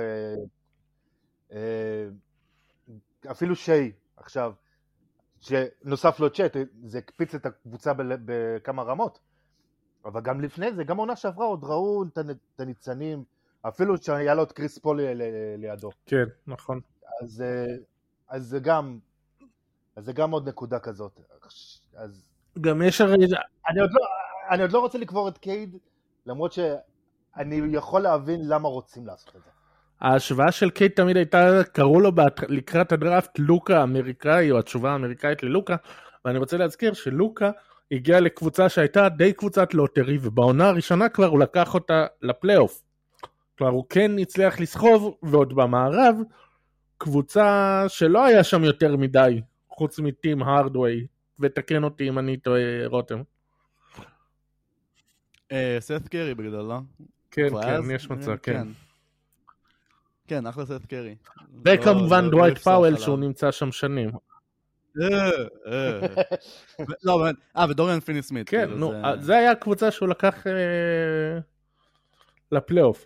אפילו שי עכשיו, שנוסף לו צ'אט, זה הקפיץ את הקבוצה בכמה רמות. אבל גם לפני זה, גם עונה שעברה עוד ראו את הניצנים, אפילו שהיה לו את קריס פול לידו. כן, נכון. אז, אז זה גם, אז זה גם עוד נקודה כזאת. אז... גם יש הרי... אני עוד לא, אני עוד לא רוצה לקבור את קייד, למרות שאני יכול להבין למה רוצים לעשות את זה. ההשוואה של קייד תמיד הייתה, קראו לו לקראת הדראפט לוקה האמריקאי, או התשובה האמריקאית ללוקה, ואני רוצה להזכיר שלוקה הגיע לקבוצה שהייתה די קבוצת לוטרי, ובעונה הראשונה כבר הוא לקח אותה לפלייאוף. כלומר הוא כן הצליח לסחוב, ועוד במערב, קבוצה שלא היה שם יותר מדי, חוץ מטים הרדווי, ותקן אותי אם אני טועה רותם. סת קרי בגדול, לא? כן, כן, יש מצב, כן. כן, אחלה סת קרי. וכמובן דווייט פאוול שהוא נמצא שם שנים. לא, באמת, אה, ודוריאן פיני סמית. כן, נו, זה היה קבוצה שהוא לקח לפלייאוף.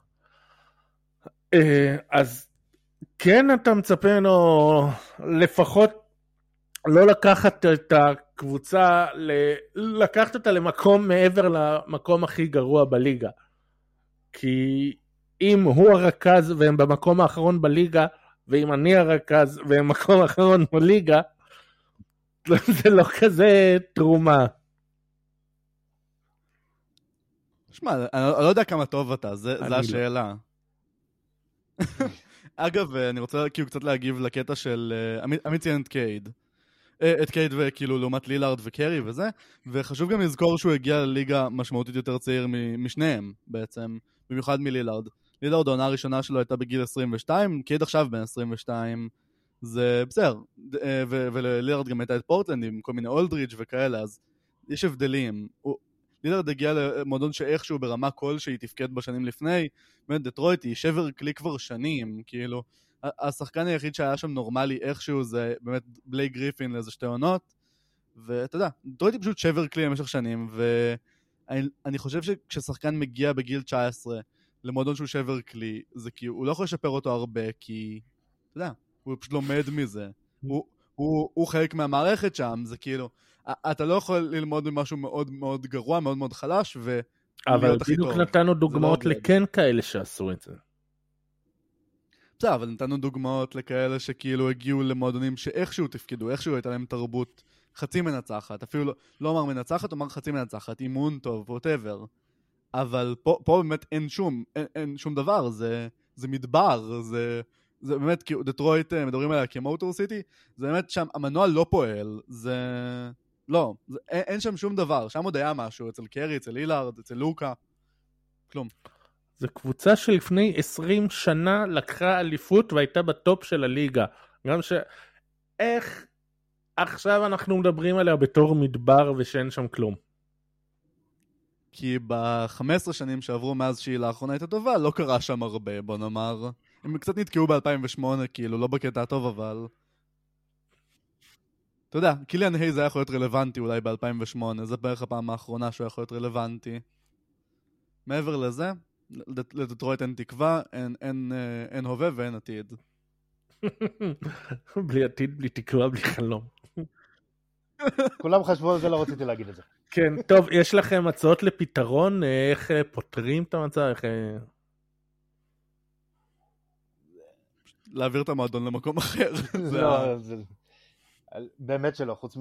אז כן אתה מצפה לו לפחות לא לקחת את הקבוצה, לקחת אותה למקום מעבר למקום הכי גרוע בליגה. כי אם הוא הרכז והם במקום האחרון בליגה, ואם אני הרכז והם במקום האחרון בליגה, זה לא כזה תרומה. שמע, אני לא יודע כמה טוב אתה, זה השאלה. אגב, אני רוצה כאילו קצת להגיב לקטע של עמית ציין את קייד. את קייד וכאילו לעומת לילארד וקרי וזה, וחשוב גם לזכור שהוא הגיע לליגה משמעותית יותר צעיר משניהם בעצם, במיוחד מלילארד. לילארד העונה הראשונה שלו הייתה בגיל עשרים ושתיים, קייד עכשיו בן עשרים ושתיים, זה בסדר, ולילארד גם הייתה את פורטלנד עם כל מיני אולדריץ' וכאלה, אז יש הבדלים. לילארד הגיע למועדון שאיכשהו ברמה כלשהי תפקד בשנים לפני, באמת דטרויט היא שבר כלי כבר שנים, כאילו, השחקן היחיד שהיה שם נורמלי איכשהו זה באמת בלי גריפין לאיזה שתי עונות, ואתה יודע, דטרויט היא פשוט שבר כלי במשך שנים, ואני חושב שכששחקן מגיע בגיל תשע עשרה למועדון שהוא שבר כלי, זה כי הוא לא יכול לשפר אותו הרבה, כי, אתה יודע, הוא פשוט לומד מזה, הוא, הוא, הוא חלק מהמערכת שם, זה כאילו, אתה לא יכול ללמוד ממשהו מאוד מאוד גרוע, מאוד מאוד חלש, ו... אבל בדיוק נתנו דוגמאות לכן כאלה שעשו את זה. בסדר, אבל נתנו דוגמאות לכאלה שכאילו הגיעו למועדונים שאיכשהו תפקידו, איכשהו הייתה להם תרבות חצי מנצחת, אפילו לא, לא אומר מנצחת, אומר חצי מנצחת, אימון טוב, whatever. אבל פה, פה באמת אין שום, אין, אין שום דבר, זה, זה מדבר, זה, זה באמת, כאילו, דטרויט מדברים עליה כמוטור סיטי, זה באמת שם, המנוע לא פועל, זה, לא, זה, אין, אין שם שום דבר, שם עוד היה משהו, אצל קרי, אצל אילארד, אצל לוקה, כלום. זו קבוצה שלפני עשרים שנה לקחה אליפות והייתה בטופ של הליגה. גם ש... איך עכשיו אנחנו מדברים עליה בתור מדבר ושאין שם כלום? כי ב-חמש עשרה שנים שעברו מאז שהיא לאחרונה הייתה טובה, לא קרה שם הרבה, בוא נאמר. הם קצת נתקעו ב-אלפיים ושמונה, כאילו, לא בקטע הטוב, אבל... אתה יודע, קיליאן הייז היה יכול להיות רלוונטי אולי ב-אלפיים ושמונה, זה בערך הפעם האחרונה שהוא יכול להיות רלוונטי. מעבר לזה, לדטרויט אין תקווה, אין, אין, אין הווה ואין עתיד. בלי עתיד, בלי תקווה, בלי חלום. כולם חשבו על זה, לא רציתי להגיד את זה. כן, טוב, יש לכם הצעות לפתרון, איך פותרים את המצב, איך... להעביר את המועדון למקום אחר. לא, זה... באמת שלא, חוץ מ...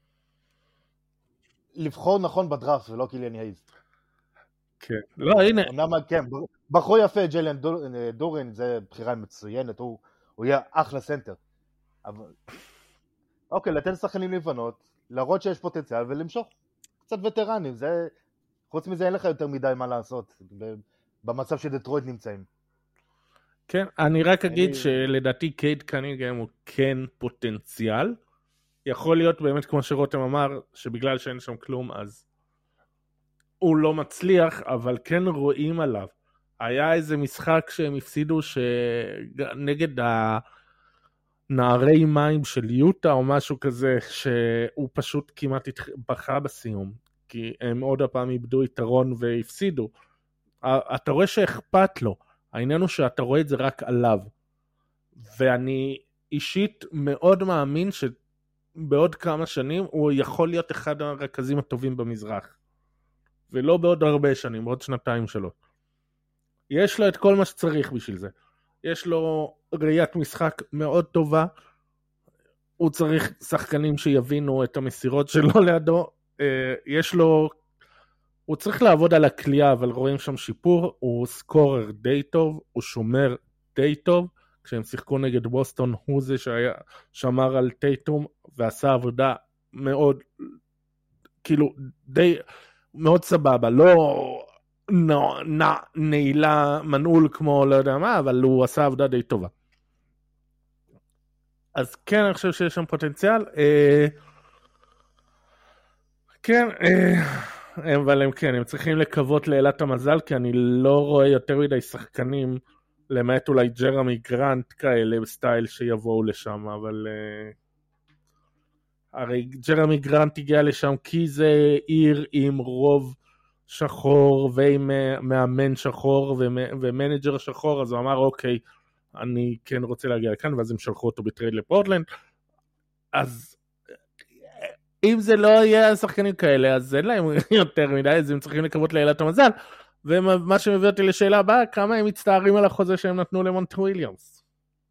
לבחור נכון בדראפט ולא קיליאן הייז. כן, לא, הנה. כן, בחרו יפה, ג'יילן דורין, זה בחירה מצוינת, הוא יהיה אחלה סנטר. אבל... אוקיי, לתת שחקנים לבנות, להראות שיש פוטנציאל ולמשוך קצת וטרנים, זה... חוץ מזה אין לך יותר מדי מה לעשות, במצב שדטרויט נמצאים. כן, אני רק אגיד שלדעתי קייד קנינגהם הוא כן פוטנציאל, יכול להיות באמת כמו שרותם אמר, שבגלל שאין שם כלום אז הוא לא מצליח, אבל כן רואים עליו. היה איזה משחק שהם הפסידו נגד הנערי מים של יוטה או משהו כזה, שהוא פשוט כמעט בכה בסיום, כי הם עוד הפעם איבדו יתרון והפסידו. אתה רואה שאכפת לו, העניין הוא שאתה רואה את זה רק עליו, ואני אישית מאוד מאמין שבעוד כמה שנים הוא יכול להיות אחד הרכזים הטובים במזרח, ולא בעוד הרבה שנים, בעוד שנתיים שלו. יש לו את כל מה שצריך בשביל זה, יש לו ראיית משחק מאוד טובה, הוא צריך שחקנים שיבינו את המסירות שלו לידו, יש לו, הוא צריך לעבוד על הקליעה, אבל רואים שם שיפור, הוא סקורר די טוב, הוא שומר די טוב, כשהם שיחקו נגד בוסטון, הוא זה שהיה, שמר על טייטום, ועשה עבודה מאוד, כאילו, די, מאוד סבבה, לא נ, נ, נעילה מנעול כמו לא יודע מה, אבל הוא עשה עבודה די טובה. אז כן, אני חושב שיש שם פוטנציאל. אה, כן, אה, אבל הם כן, הם צריכים לקוות לאלת המזל, כי אני לא רואה יותר מדי שחקנים, למעט אולי ג'רמי גרנט כאלה בסטייל שיבואו לשם, אבל uh, הרי ג'רמי גרנט הגיע לשם כי זה עיר עם רוב שחור ועם מאמן שחור ומנג'ר שחור, אז הוא אמר אוקיי, אני כן רוצה להגיע לכאן, ואז הם שלחו אותו בטרייד לפורטלנד. אז אם זה לא יהיה שחקנים כאלה, אז אין להם יותר מדי, אז הם צריכים לקוות לאלת המזל. ומה שמביא אותי לשאלה הבאה, כמה הם מצטערים על החוזה שהם נתנו למונטי וויליאמס?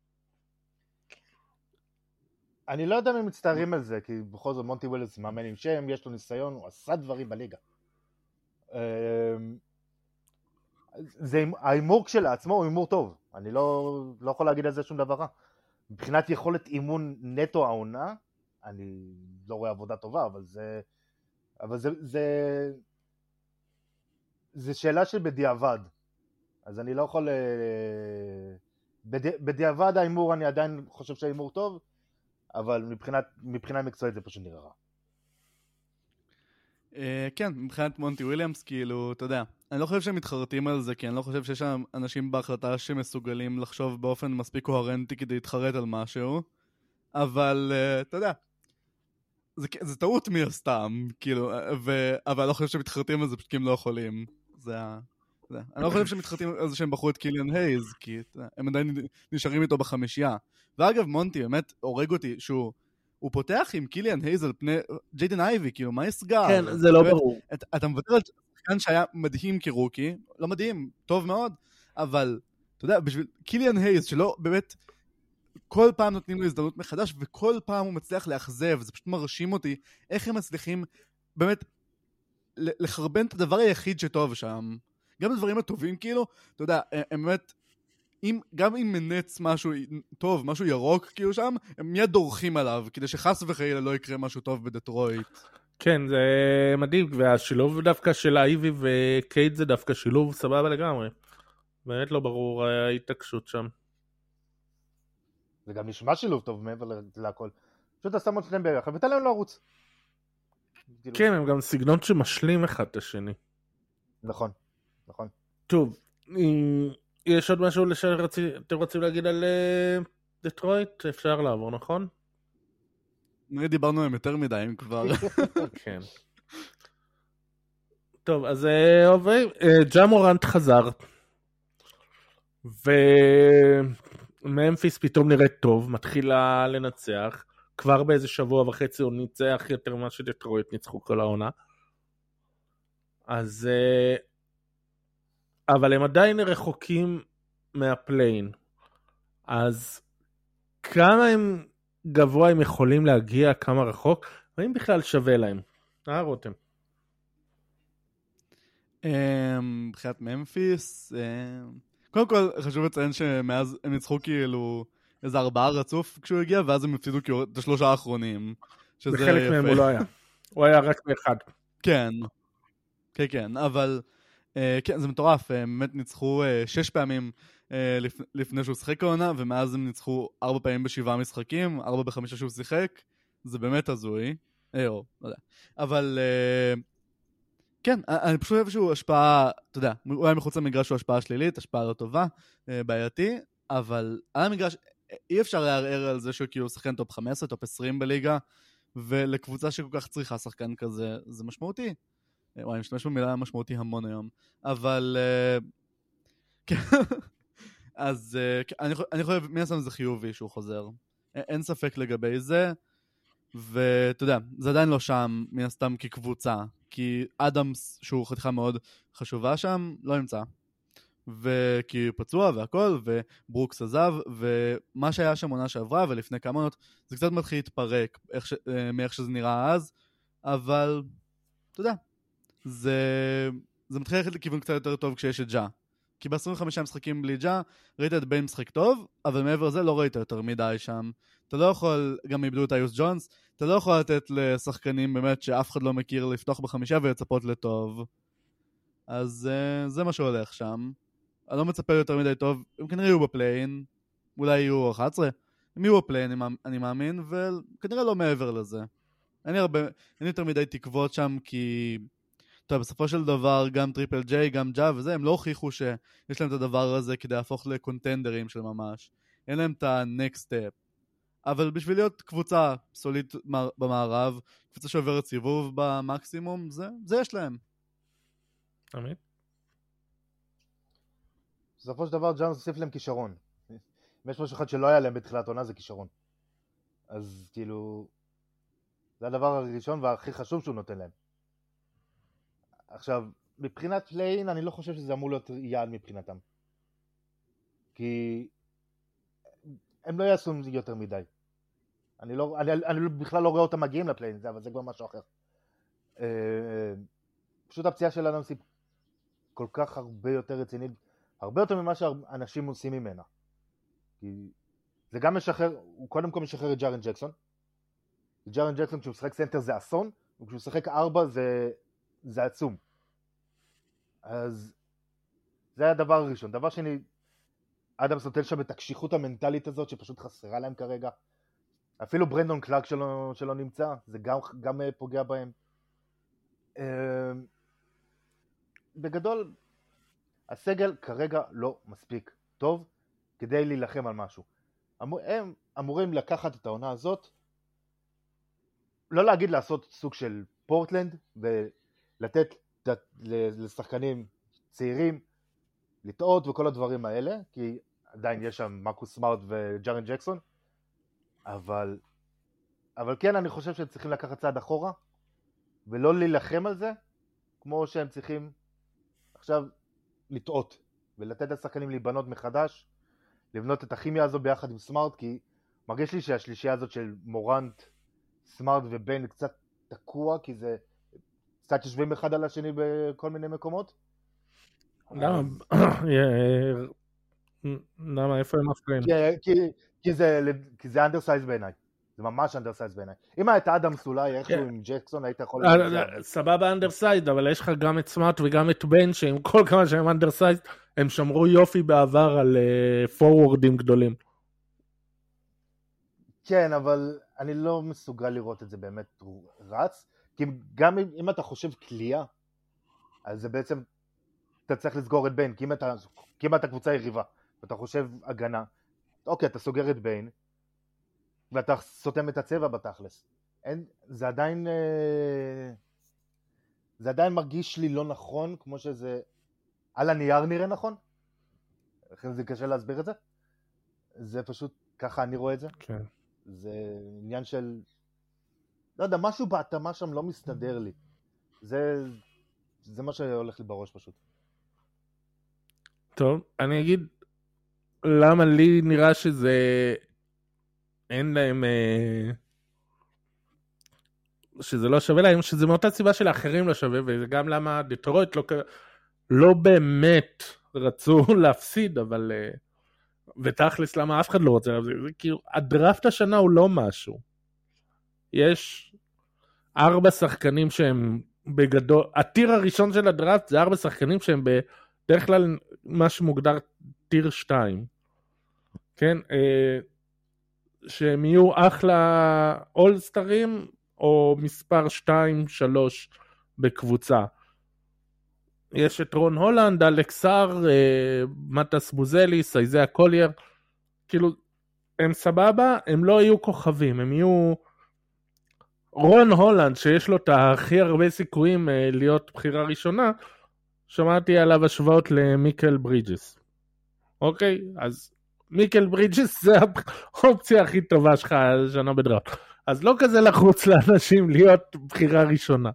אני לא יודע אם הם מצטערים על זה, כי בכל זאת מונטי וויליאמס מאמן עם שם, יש לו ניסיון, הוא עשה דברים בליגה. זה, האימור כשלעצמו הוא אימור טוב, אני לא, לא יכול להגיד על זה שום דבר רע. מבחינת יכולת אימון נטו העונה, אני לא רואה עבודה טובה, אבל זה, אבל זה, זה, זה שאלה של בדיעבד, אז אני לא יכול, בדי, בדיעבד האימור אני עדיין חושב שהאימור טוב, אבל מבחינת, מבחינה מקצועית זה פשוט נראה רע. כן, מבחינת מונטי וויליאמס, כאילו, אתה יודע, אני לא חושב שהם מתחרטים על זה, כי אני לא חושב שיש שם אנשים בהחלטה שמסוגלים לחשוב באופן מספיק קוהרנטי כדי להתחרט על משהו, אבל, אתה יודע, זה, זה טעות מי הסתם, כאילו, ו, אבל אני לא חושב שהם מתחרטים על זה, פשוט כי הם לא יכולים. זה ה... זה. אני לא חושב שהם מתחרטים על זה שהם בחרו את קיליאן הייז, כי הם עדיין נשארים איתו בחמישייה. ואגב, מונטי באמת הורג אותי שהוא... הוא פותח עם קיליאן הייז על פני ג'יידן אייבי, כאילו, מה יסגר? כן, זה לא ברור. אתה, אתה מוותר על שחקן שהיה מדהים כרוקי, לא מדהים, טוב מאוד, אבל, אתה יודע, בשביל קיליאן הייז, שלא באמת, כל פעם נותנים לו הזדמנות מחדש, וכל פעם הוא מצליח לאכזב, זה פשוט מרשים אותי, איך הם מצליחים באמת לחרבן את הדבר היחיד שטוב שם. גם הדברים הטובים, כאילו, אתה יודע, הם באמת, אם, גם אם מנץ משהו טוב, משהו ירוק כאילו שם, הם מיד דורכים עליו, כדי שחס וחלילה לא יקרה משהו טוב בדטרויט. כן, זה מדהים, והשילוב דווקא של אייבי וקייט זה דווקא שילוב סבבה לגמרי. באמת לא ברור ההתעקשות שם. זה גם נשמע שילוב טוב מעבר להכל. פשוט עשה עוד שניהם ביחד, ותן להם לערוץ. כן, הם גם סגנון שמשלים אחד את השני. נכון, נכון. טוב, יש עוד משהו שאתם רוצים להגיד על דטרויט? אפשר לעבור, נכון? נראה דיברנו עליהם יותר מדי, אם כבר. כן. טוב, אז עוברים, ג'ה מורנט חזר, וממפיס פתאום נראית טוב, מתחילה לנצח, כבר באיזה שבוע וחצי הוא ניצח יותר ממה שדטרויט ניצחו כל העונה. אז... אבל הם עדיין רחוקים מהפליין. אז כמה הם גבוה הם יכולים להגיע, כמה רחוק, והאם בכלל שווה להם? אה, רותם? מבחינת ממפיס, קודם כל חשוב לציין שמאז הם ניצחו כאילו איזה ארבעה רצוף כשהוא הגיע, ואז הם הפסידו כאילו את השלושה האחרונים. בחלק מהם הוא לא היה. הוא היה רק באחד. כן, כן, כן, אבל כן, זה מטורף, הם באמת ניצחו שש פעמים לפני שהוא שיחק העונה, ומאז הם ניצחו ארבע פעמים בשבעה משחקים, ארבע בחמישה שהוא שיחק, זה באמת הזוי, או, לא יודע, אבל כן, אני פשוט חושב שהוא השפעה, אתה יודע, אולי מחוץ למגרש הוא השפעה שלילית, השפעה לא טובה, בעייתי, אבל על המגרש אי אפשר לערער על זה שהוא כאילו שחקן טופ חמש עשרה, טופ עשרים בליגה, ולקבוצה שכל כך צריכה שחקן כזה, זה משמעותי. וואי, אני משתמש במילה משמעותי המון היום, אבל כן, אז אני חושב, מי הסתם זה חיובי שהוא חוזר, אין ספק לגבי זה, ואתה יודע, זה עדיין לא שם, מן הסתם כקבוצה, כי אדמס, שהוא חתיכה מאוד חשובה שם, לא נמצא, וכי פצוע והכל, וברוקס עזב, ומה שהיה שם עונה שעברה, ולפני כמה עונות, זה קצת מתחיל להתפרק, מאיך שזה נראה אז, אבל, אתה יודע, זה, זה מתחיל ללכת לכיוון קצת יותר טוב כשיש את ג'ה. כי ב-עשרים וחמישה משחקים בלי ג'ה, ראית את ביין משחק טוב, אבל מעבר לזה לא ראית יותר מדי שם. אתה לא יכול, גם איבדו את איוס ג'ונס, אתה לא יכול לתת לשחקנים באמת שאף אחד לא מכיר לפתוח בחמישה ולצפות לטוב. אז uh, זה מה שהולך שם. אני לא מצפה יותר מדי טוב, הם כנראה יהיו בפליין, אולי יהיו אחת עשרה, הם יהיו בפליין, אני מאמין, וכנראה לא מעבר לזה. אין לי הרבה, אין לי יותר מדי תקוות שם, כי טוב, בסופו של דבר, גם טריפל ג'יי, גם ג'ה וזה, הם לא הוכיחו שיש להם את הדבר הזה כדי להפוך לקונטנדרים של ממש. אין להם את ה-next step. אבל בשביל להיות קבוצה סולית במערב, קבוצה שעוברת סיבוב במקסימום, זה, זה יש להם. עמית? בסופו של דבר ג'אנס הוסיף להם כישרון. אם יש משהו אחד שלא היה להם בתחילת עונה זה כישרון. אז כאילו, זה הדבר הראשון והכי חשוב שהוא נותן להם. עכשיו, מבחינת פליין אני לא חושב שזה אמור להיות יעד מבחינתם. כי הם לא יעשו יותר מדי. אני, לא, אני, אני בכלל לא רואה אותם מגיעים לפליין, אבל זה כבר משהו אחר. פשוט הפציעה של אדמס היא כל כך הרבה יותר רצינית, הרבה יותר ממה שאנשים עושים ממנה. כי זה גם משחרר, הוא קודם כל משחרר את ג'ארן ג'קסון. ג'ארן ג'קסון כשהוא משחק סנטר זה אסון, וכשהוא משחק ארבע זה, זה עצום. אז זה היה הדבר הראשון. דבר שני, אדמס נותן שם את הקשיחות המנטלית הזאת שפשוט חסרה להם כרגע. אפילו ברנדון קלארק שלא, שלא נמצא, זה גם, גם פוגע בהם. בגדול, הסגל כרגע לא מספיק טוב כדי להילחם על משהו. הם אמורים לקחת את העונה הזאת, לא להגיד לעשות סוג של פורטלנד, ולתת לשחקנים צעירים לטעות וכל הדברים האלה, כי עדיין יש שם מרקוס סמארט וג'ארן ג'קסון, אבל, אבל כן אני חושב שהם צריכים לקחת צעד אחורה, ולא להילחם על זה, כמו שהם צריכים עכשיו לטעות, ולתת לשחקנים להיבנות מחדש, לבנות את הכימיה הזו ביחד עם סמארט, כי מרגיש לי שהשלישייה הזאת של מורנט, סמארט ובן קצת תקוע, כי זה קצת יושבים אחד על השני בכל מיני מקומות. למה? למה? איפה הם מפריעים? כי זה אנדרסייז בעיניי. זה ממש אנדרסייז בעיניי. אם היית אדמס אולי איכשהו עם ג'קסון היית יכול... סבבה אנדרסייז, אבל יש לך גם את סמארט וגם את בן, שעם כל כמה שהם אנדרסייז, הם שמרו יופי בעבר על פורוורדים גדולים. כן, אבל אני לא מסוגל לראות את זה באמת רץ, כי גם אם אתה חושב כלייה, אז זה בעצם, אתה צריך לסגור את בן, כי אם אתה, כי אם אתה קבוצה יריבה, ואתה חושב הגנה, אוקיי, אתה סוגר את בן, ואתה סותם את הצבע בתכלס. אין, זה עדיין, זה עדיין מרגיש לי לא נכון, כמו שזה על הנייר נראה נכון. לכן זה קשה להסביר את זה. זה פשוט, ככה אני רואה את זה. כן. זה עניין של, לא יודע, משהו בהתאמה שם לא מסתדר לי. זה, זה מה שהולך לי בראש פשוט. טוב, אני אגיד למה לי נראה שזה אין להם שזה לא שווה להם, שזה מאותה סיבה של האחרים לא שווה, וזה גם למה דטרויט לא, לא באמת רצו להפסיד, אבל ותכלס למה אף אחד לא רוצה להפסיד, זה כאילו הדראפט השנה הוא לא משהו, יש ארבע שחקנים שהם בגדול, הטיר הראשון של הדראפט זה ארבע שחקנים שהם בדרך כלל מה שמוגדר טיר שתיים, כן, שהם יהיו אחלה אולסטרים או מספר שתיים שלוש בקבוצה. יש את רון הולנד, אלכסר, מטס בוזלי, סייזיה קולייר, כאילו הם סבבה, הם לא יהיו כוכבים, הם יהיו רון הולנד שיש לו את הכי הרבה סיכויים להיות בחירה ראשונה, שמעתי עליו השוואות למיקל ברידג'ס. אוקיי, אז מיקל ברידג'ס זה האופציה הכי טובה שלך השנה בדראפט. אז לא כזה לחוץ לאנשים להיות בחירה ראשונה.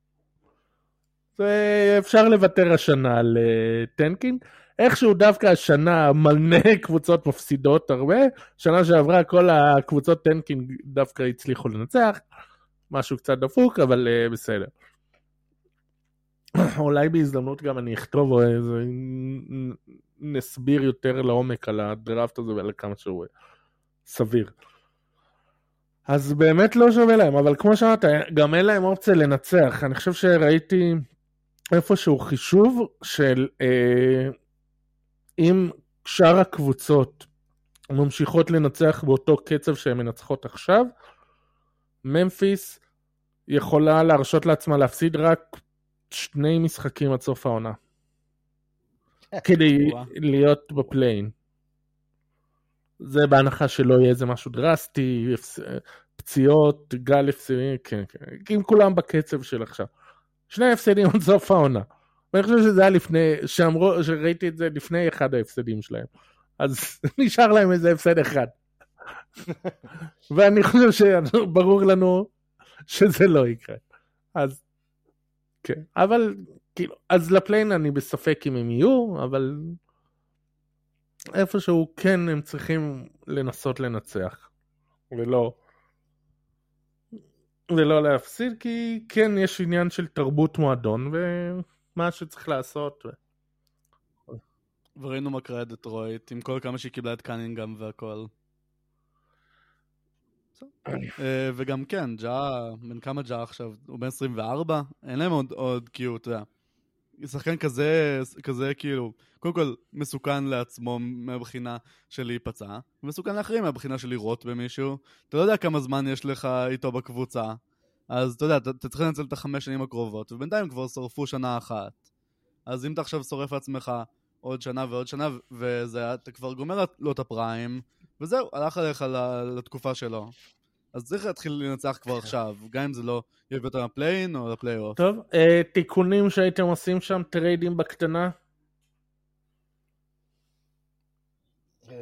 זה אפשר לוותר השנה על uh, טנקינג. איכשהו דווקא השנה מלא קבוצות מפסידות הרבה. שנה שעברה כל הקבוצות טנקינג דווקא הצליחו לנצח. משהו קצת דפוק, אבל uh, בסדר. אולי בהזדמנות גם אני אכתוב או איזה... נסביר יותר לעומק על הדראפט הזה ועל כמה שהוא סביר. אז באמת לא שווה להם, אבל כמו שאמרת, גם אין להם אופציה לנצח. אני חושב שראיתי איפשהו חישוב של אה, אם שאר הקבוצות ממשיכות לנצח באותו קצב שהן מנצחות עכשיו, ממפיס יכולה להרשות לעצמה להפסיד רק שני משחקים עד סוף העונה. כדי להיות בפליין. זה בהנחה שלא יהיה איזה משהו דרסטי, פציעות, גל הפסדים, כן, כן. אם כולם בקצב של עכשיו. שני הפסדים עד סוף העונה. ואני חושב שזה היה לפני, שאמרו, שראיתי את זה לפני אחד ההפסדים שלהם. אז נשאר להם איזה הפסד אחד. ואני חושב שברור לנו שזה לא יקרה. אז, כן. אבל, כאילו, אז לפליין אני בספק אם הם יהיו, אבל איפשהו כן הם צריכים לנסות לנצח. ולא, ולא להפסיד, כי כן יש עניין של תרבות מועדון, ומה שצריך לעשות. וראינו מה קרה דטרויט, עם כל כמה שהיא קיבלה את קנינגהם והכל. וגם כן, ג'אה, בין כמה ג'אה עכשיו? הוא בן עשרים וארבע? אין להם עוד, עוד כאילו, אתה יודע, שחקן כזה, כזה כאילו, קודם כל מסוכן לעצמו מהבחינה של להיפצע, ומסוכן לאחרים מהבחינה של לראות במישהו. אתה לא יודע כמה זמן יש לך איתו בקבוצה, אז אתה יודע, אתה, אתה צריך לנצל את החמש שנים הקרובות, ובינתיים כבר שורפו שנה אחת. אז אם אתה עכשיו שורף לעצמך עוד שנה ועוד שנה, וזה, אתה כבר גומר לו את הפריים, וזהו, הלך עליך לתקופה שלו. אז צריך להתחיל לנצח כבר עכשיו, גם אם זה לא יביא אותם לפליין או לפליי-אוף. טוב, אה, תיקונים שהייתם עושים שם, טריידים בקטנה? אה,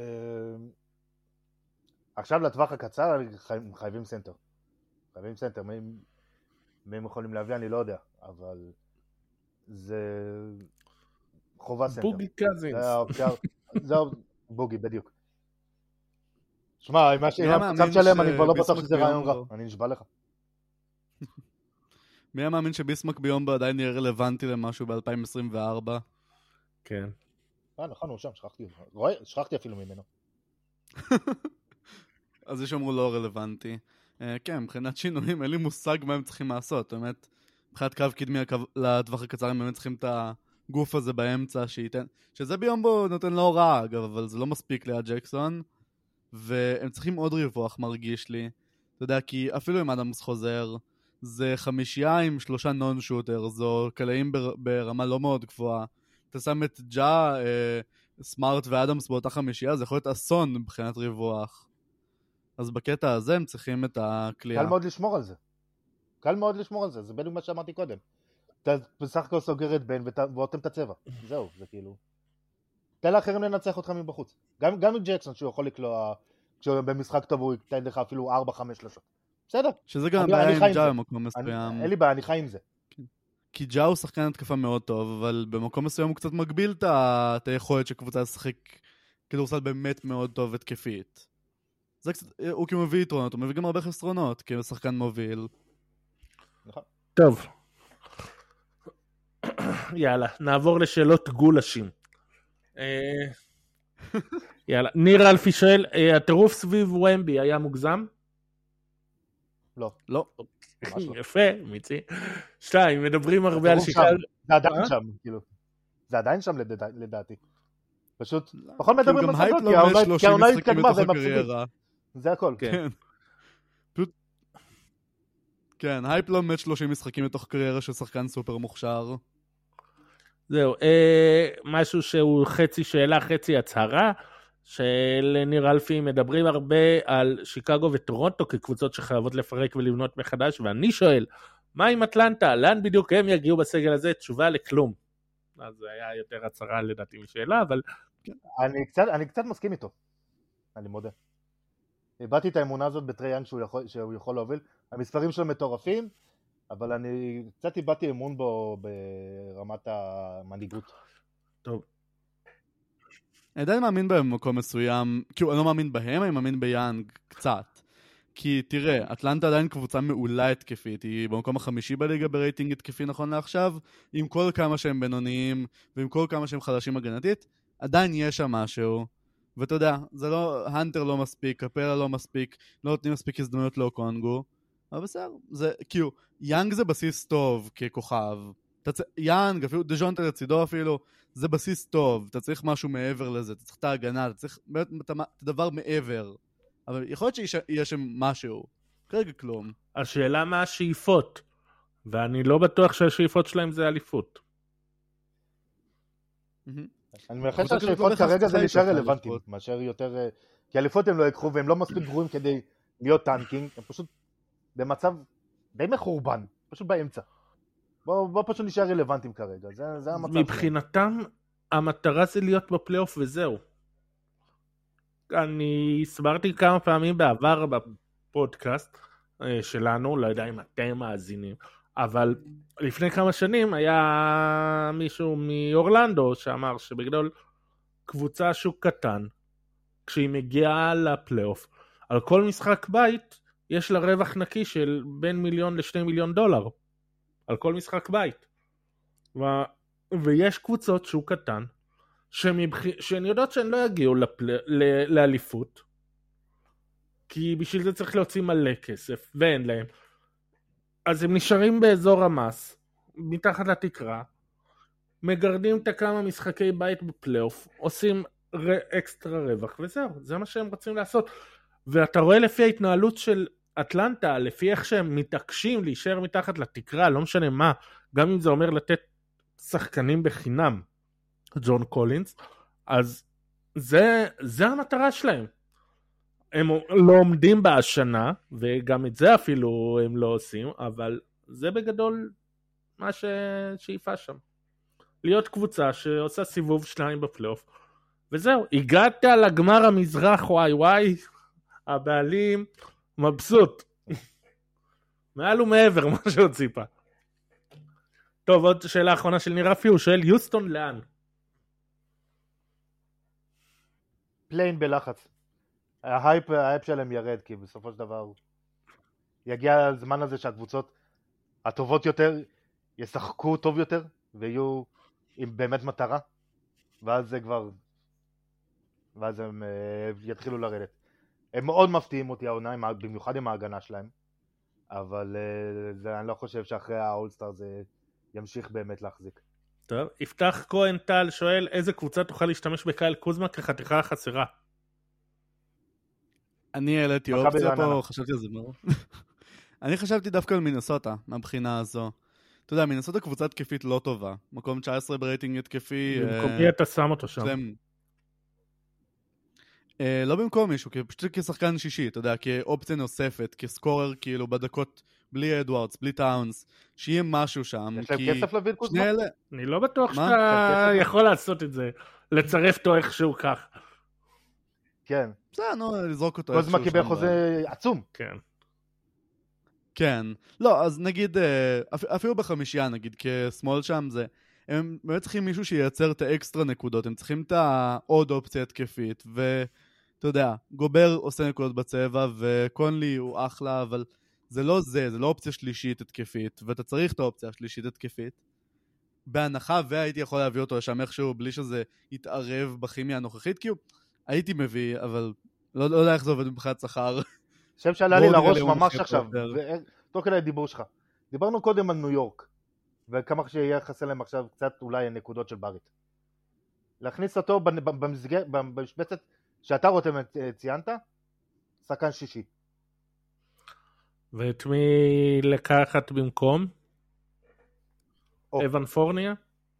עכשיו לטווח הקצר חייבים סנטר. חייבים סנטר, מי הם יכולים להביא אני לא יודע, אבל זה חובה סנטר. בוגי קזינס. זה בוגי, בדיוק. שמע, עם המצב שלהם אני כבר לא בטוח שזה רעיון רע, אני נשבע לך. מי היה מאמין שביסמק ביומבו עדיין יהיה רלוונטי למשהו ב-אלפיים עשרים וארבע? כן. אה, נכון, הוא שם, שכחתי. רואה? שכחתי אפילו ממנו. אז יש אמרו לא רלוונטי. כן, מבחינת שינויים, אין לי מושג מה הם צריכים לעשות. באמת, מבחינת קו קדמי לטווח הקצר, הם באמת צריכים את הגוף הזה באמצע שייתן... שזה ביומבו נותן לא רע, אגב, אבל זה לא מספיק ליד ג'קסון. והם צריכים עוד ריווח, מרגיש לי. אתה יודע, כי אפילו אם אדמס חוזר, זה חמישייה עם שלושה נון-שוטר, זו קלעים בר, ברמה לא מאוד גבוהה. אתה שם את ג'ה, אה, סמארט ואדמס באותה חמישייה, זה יכול להיות אסון מבחינת ריווח. אז בקטע הזה הם צריכים את הקליעה. קל מאוד לשמור על זה. קל מאוד לשמור על זה, זה בדיוק מה שאמרתי קודם. אתה בסך הכל סוגר את בן ואותם את הצבע. זהו, זה כאילו... תן לאחרים לנצח אותך מבחוץ. גם, גם ג'קסון שהוא יכול לקלוע, כשהוא במשחק טוב הוא ייתן לך אפילו ארבע חמש שלושות. בסדר. שזה גם בעיה עם ג'ה במקום מסוים. אין לי בעיה, אני חי עם זה. כי ג'ה הוא שחקן התקפה מאוד טוב, אבל במקום מסוים הוא קצת מגביל את היכולת שקבוצה לשחק כדורסל באמת מאוד טוב התקפית. זה קצת, הוא כאילו מביא יתרונות, הוא מביא גם הרבה חסרונות, כי הוא שחקן מוביל. נכון. טוב. יאללה, נעבור לשאלות גולשים. יאללה, ניר אלפי שואל, הטירוף סביב ומבי היה מוגזם? לא. לא. יפה, מיצי. שתיים, מדברים הרבה על שיקל... זה עדיין שם, כאילו. זה עדיין שם לדעתי. פשוט, פחות מדברים על סגות, כי העונה התקדמה והם מפסידים. זה הכל. כן, הייפ לא מת שלושים משחקים לתוך קריירה של שחקן סופר מוכשר. זהו, אה, משהו שהוא חצי שאלה, חצי הצהרה, של ניר אלפי מדברים הרבה על שיקגו וטורונטו כקבוצות שחייבות לפרק ולבנות מחדש, ואני שואל, מה עם אטלנטה? לאן בדיוק הם יגיעו בסגל הזה? תשובה לכלום. אז זה היה יותר הצהרה לדעתי משאלה, אבל... אני קצת, אני קצת מסכים איתו, אני מודה. הבאתי את האמונה הזאת בטרי יאנג שהוא יכול, שהוא יכול להוביל. המספרים שלו מטורפים, אבל אני קצת איבדתי אמון בו ברמת המנהיגות. טוב. אני עדיין מאמין בהם במקום מסוים, כאילו אני לא מאמין בהם, אני מאמין ביאנג קצת. כי תראה, אטלנטה עדיין קבוצה מעולה התקפית, היא במקום החמישי בליגה ברייטינג התקפי נכון לעכשיו, עם כל כמה שהם בינוניים, ועם כל כמה שהם חדשים הגנתית, עדיין יש שם משהו. ואתה יודע, זה לא, הנטר לא מספיק, קפלה לא מספיק, לא נותנים מספיק הזדמנות לאוקונגו, אבל בסדר, זה כאילו, יאנג זה בסיס טוב ככוכב, צ... יאנג, אפילו דז'ונטה לצידו אפילו, זה בסיס טוב, אתה צריך משהו מעבר לזה, אתה צריך את ההגנה, אתה צריך באמת את הדבר מעבר, אבל יכול להיות שיהיה שם משהו, כרגע כלום. השאלה מה השאיפות, ואני לא בטוח שהשאיפות שלהם זה אליפות. אני מנחש שהשאיפות כרגע זה נשאר רלוונטיים, מאשר יותר, כי אליפות הם לא יקחו והם לא מספיק גרועים כדי להיות טנקינג, הם פשוט במצב די מחורבן, פשוט באמצע. בוא, בוא פשוט נשאר רלוונטיים כרגע, זה, זה המצב. מבחינתם, המטרה זה להיות בפלייאוף וזהו. אני הסברתי כמה פעמים בעבר בפודקאסט שלנו, לא יודע אם אתם מאזינים, אבל לפני כמה שנים היה מישהו מאורלנדו שאמר שבגדול קבוצה שוק קטן, כשהיא מגיעה לפלייאוף, על כל משחק בית יש לה רווח נקי של בין מיליון לשני מיליון דולר. על כל משחק בית. ו... ויש קבוצות שוק קטן, שמבח... שהן יודעות שהן לא יגיעו לפל... ל... לאליפות, כי בשביל זה צריך להוציא מלא כסף, ואין להם. אז הם נשארים באזור המס, מתחת לתקרה, מגרדים את הכמה משחקי בית בפלייאוף, עושים ר... אקסטרה רווח, וזהו, זה מה שהם רוצים לעשות. ואתה רואה לפי ההתנהלות של אטלנטה, לפי איך שהם מתעקשים להישאר מתחת לתקרה, לא משנה מה, גם אם זה אומר לתת שחקנים בחינם, ג'ון קולינס, אז זה, זה המטרה שלהם. הם לא עומדים בהשנה, וגם את זה אפילו הם לא עושים, אבל זה בגדול מה ששאיפה שם. להיות קבוצה שעושה סיבוב שניים בפלייאוף, וזהו, הגעת לגמר המזרח, וואי וואי, הבעלים מבסוט. מעל ומעבר מה שהוא ציפה. טוב, עוד שאלה האחרונה של ניר אפי, הוא שואל, יוסטון לאן? פליין בלחץ. ההייפ, ההייפ שלהם ירד, כי בסופו של דבר יגיע הזמן הזה שהקבוצות הטובות יותר ישחקו טוב יותר, ויהיו עם באמת מטרה, ואז זה כבר, ואז הם uh, יתחילו לרדת. הם מאוד מפתיעים אותי העונה, במיוחד עם ההגנה שלהם, אבל uh, זה, אני לא חושב שאחרי האולסטאר זה ימשיך באמת להחזיק. טוב, יפתח כהן טל שואל, איזה קבוצה תוכל להשתמש בקייל קוזמה כחתיכה חסרה? אני העליתי אופציה פה, חשבתי על זה מאוד. אני חשבתי דווקא על מינסוטה, מהבחינה הזו. אתה יודע, מינסוטה קבוצה התקפית לא טובה. מקום תשע עשרה ברייטינג התקפי. במקום מי אתה שם אותו שם? לא במקום מישהו, פשוט כשחקן שישי, אתה יודע, כאופציה נוספת, כסקורר כאילו בדקות בלי אדוארדס, בלי טאונס, שיהיה משהו שם. יש להם כסף להביא את קוזמה? אני לא בטוח שאתה יכול לעשות את זה, לצרף אותו איכשהו כך. כן. בסדר, נו, לזרוק אותו קוזמה קיבל חוזה עצום. כן. כן. לא, אז נגיד, אפילו בחמישייה, נגיד, כשמאל שם זה, הם באמת צריכים מישהו שייצר את האקסטרה נקודות, הם צריכים את העוד אופציה התקפית, ואתה יודע, גובר עושה נקודות בצבע, וקונלי הוא אחלה, אבל זה לא זה, זה לא אופציה שלישית התקפית, ואתה צריך את האופציה השלישית התקפית, בהנחה והייתי יכול להביא אותו לשם איכשהו, בלי שזה יתערב בכימיה הנוכחית, כי הייתי מביא, אבל לא, לא יודע איך זה עובד מבחינת שכר. שם שעלה לי לראש ממש עכשיו, תוך כדי הדיבור שלך. דיברנו קודם על ניו יורק, וכמה שיהיה חסר להם עכשיו קצת אולי נקודות של ברית. להכניס אותו במסגרת, במשבצת שאתה רותם ציינת, שחקן שישי. ואת מי לקחת במקום? אבן פורניה?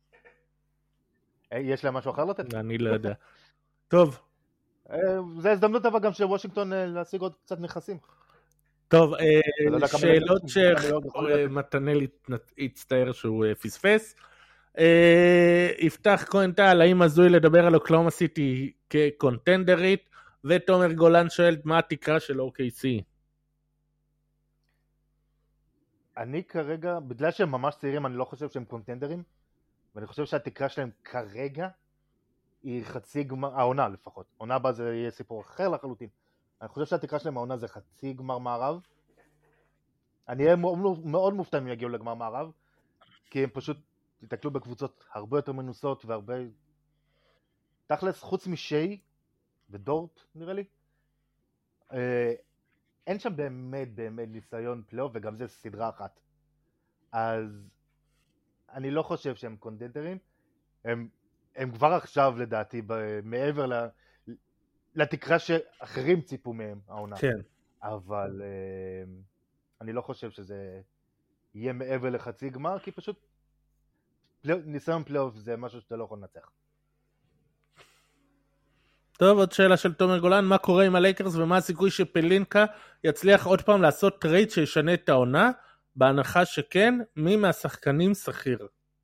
יש להם משהו אחר לתת? אני לא יודע. טוב. זה הזדמנות אבל גם של וושינגטון להשיג עוד קצת נכסים. טוב, שאלות שמתנאל הצטער שהוא פספס. יפתח כהן טל, האם הזוי לדבר על אוקלאומה סיטי כקונטנדרית, ותומר גולן שואל מה התקרה של או קיי סי. אני כרגע, בגלל שהם ממש צעירים, אני לא חושב שהם קונטנדרים, ואני חושב שהתקרה שלהם כרגע היא חצי גמר, העונה לפחות, עונה הבאה זה יהיה סיפור אחר לחלוטין. אני חושב שהתקרה שלהם העונה זה חצי גמר מערב. אני אהיה מאוד מופתע אם יגיעו לגמר מערב, כי הם פשוט יתקלו בקבוצות הרבה יותר מנוסות והרבה... תכלס, חוץ משי ודורט נראה לי, אין שם באמת באמת ניסיון פלייאוף, וגם זה סדרה אחת. אז אני לא חושב שהם קונטנדרים, הם, הם כבר עכשיו לדעתי מעבר ל... לתקרה שאחרים ציפו מהם העונה. כן. אבל אני לא חושב שזה יהיה מעבר לחצי גמר, כי פשוט ניסיון פלייאוף זה משהו שאתה לא יכול לנצח. טוב, עוד שאלה של תומר גולן, מה קורה עם הלייקרס ומה הסיכוי שפלינקה יצליח עוד פעם לעשות טרייד שישנה את העונה, בהנחה שכן, מי מהשחקנים שכיר?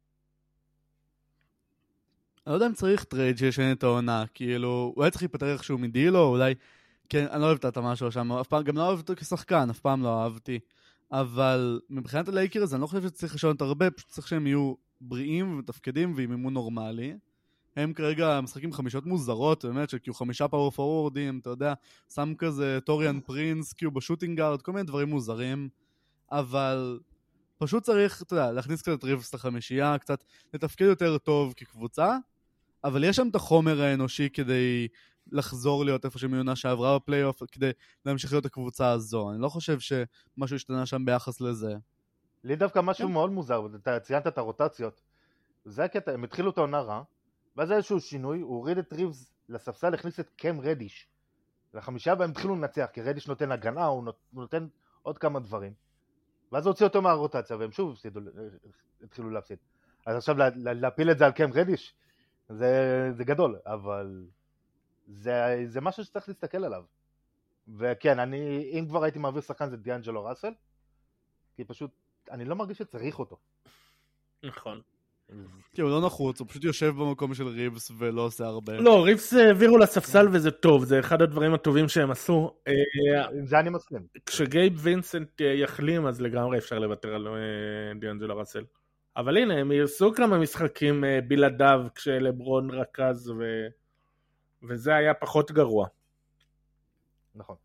אני לא יודע אם צריך טרייד שישן את העונה, כאילו, אולי צריך להיפטר איכשהו מדילו, אולי, כן, אני לא אוהב את המשהו שם, אף פעם, גם לא אוהב אותו כשחקן, אף פעם לא אהבתי, אבל מבחינת הלייקרס, אני לא חושב שצריך לשנות הרבה, פשוט צריך שהם יהיו בריאים ומתפקדים ועם אימון נורמלי. הם כרגע משחקים חמישות מוזרות, באמת, שכאילו חמישה פאוור פורורדים, אתה יודע, שם כזה טוריאן פרינס, כאילו בשוטינג גארד, כל מיני דברים מוזרים, אבל פשוט צריך, אתה יודע, להכניס קצת ריבס לחמישייה, קצת לתפקד יותר טוב כקבוצה, אבל יש שם את החומר האנושי כדי לחזור להיות איפה שהם יונה שעברה בפלייאוף, כדי להמשיך להיות הקבוצה הזו. אני לא חושב שמשהו השתנה שם ביחס לזה. לי דווקא משהו מאוד מוזר, אתה ציינת את הרוטציות. זה הקטע, הם התחילו את העונה רע, ואז היה איזשהו שינוי, הוא הוריד את ריבס לספסל, הכניס את קם רדיש לחמישה, והם התחילו לנצח, כי רדיש נותן הגנה, הוא נותן עוד כמה דברים. ואז הוא הוציא אותו מהרוטציה, והם שוב הפסידו, התחילו להפסיד. אז עכשיו להפיל את זה על קם רדיש, זה, זה גדול, אבל זה, זה משהו שצריך להסתכל עליו. וכן, אני, אם כבר הייתי מעביר שחקן זה דיאנג'לו ראסל, כי פשוט, אני לא מרגיש שצריך אותו. נכון. כי הוא לא נחוץ, הוא פשוט יושב במקום של ריבס ולא עושה הרבה. לא, ריבס העבירו לספסל וזה טוב, זה אחד הדברים הטובים שהם עשו. עם זה אני מסכים. כשגייב וינסנט יחלים, אז לגמרי אפשר לוותר על דיאנג'לו ראסל. אבל הנה, הם יעשו כמה משחקים בלעדיו כשלברון רכז, ו... וזה היה פחות גרוע. נכון.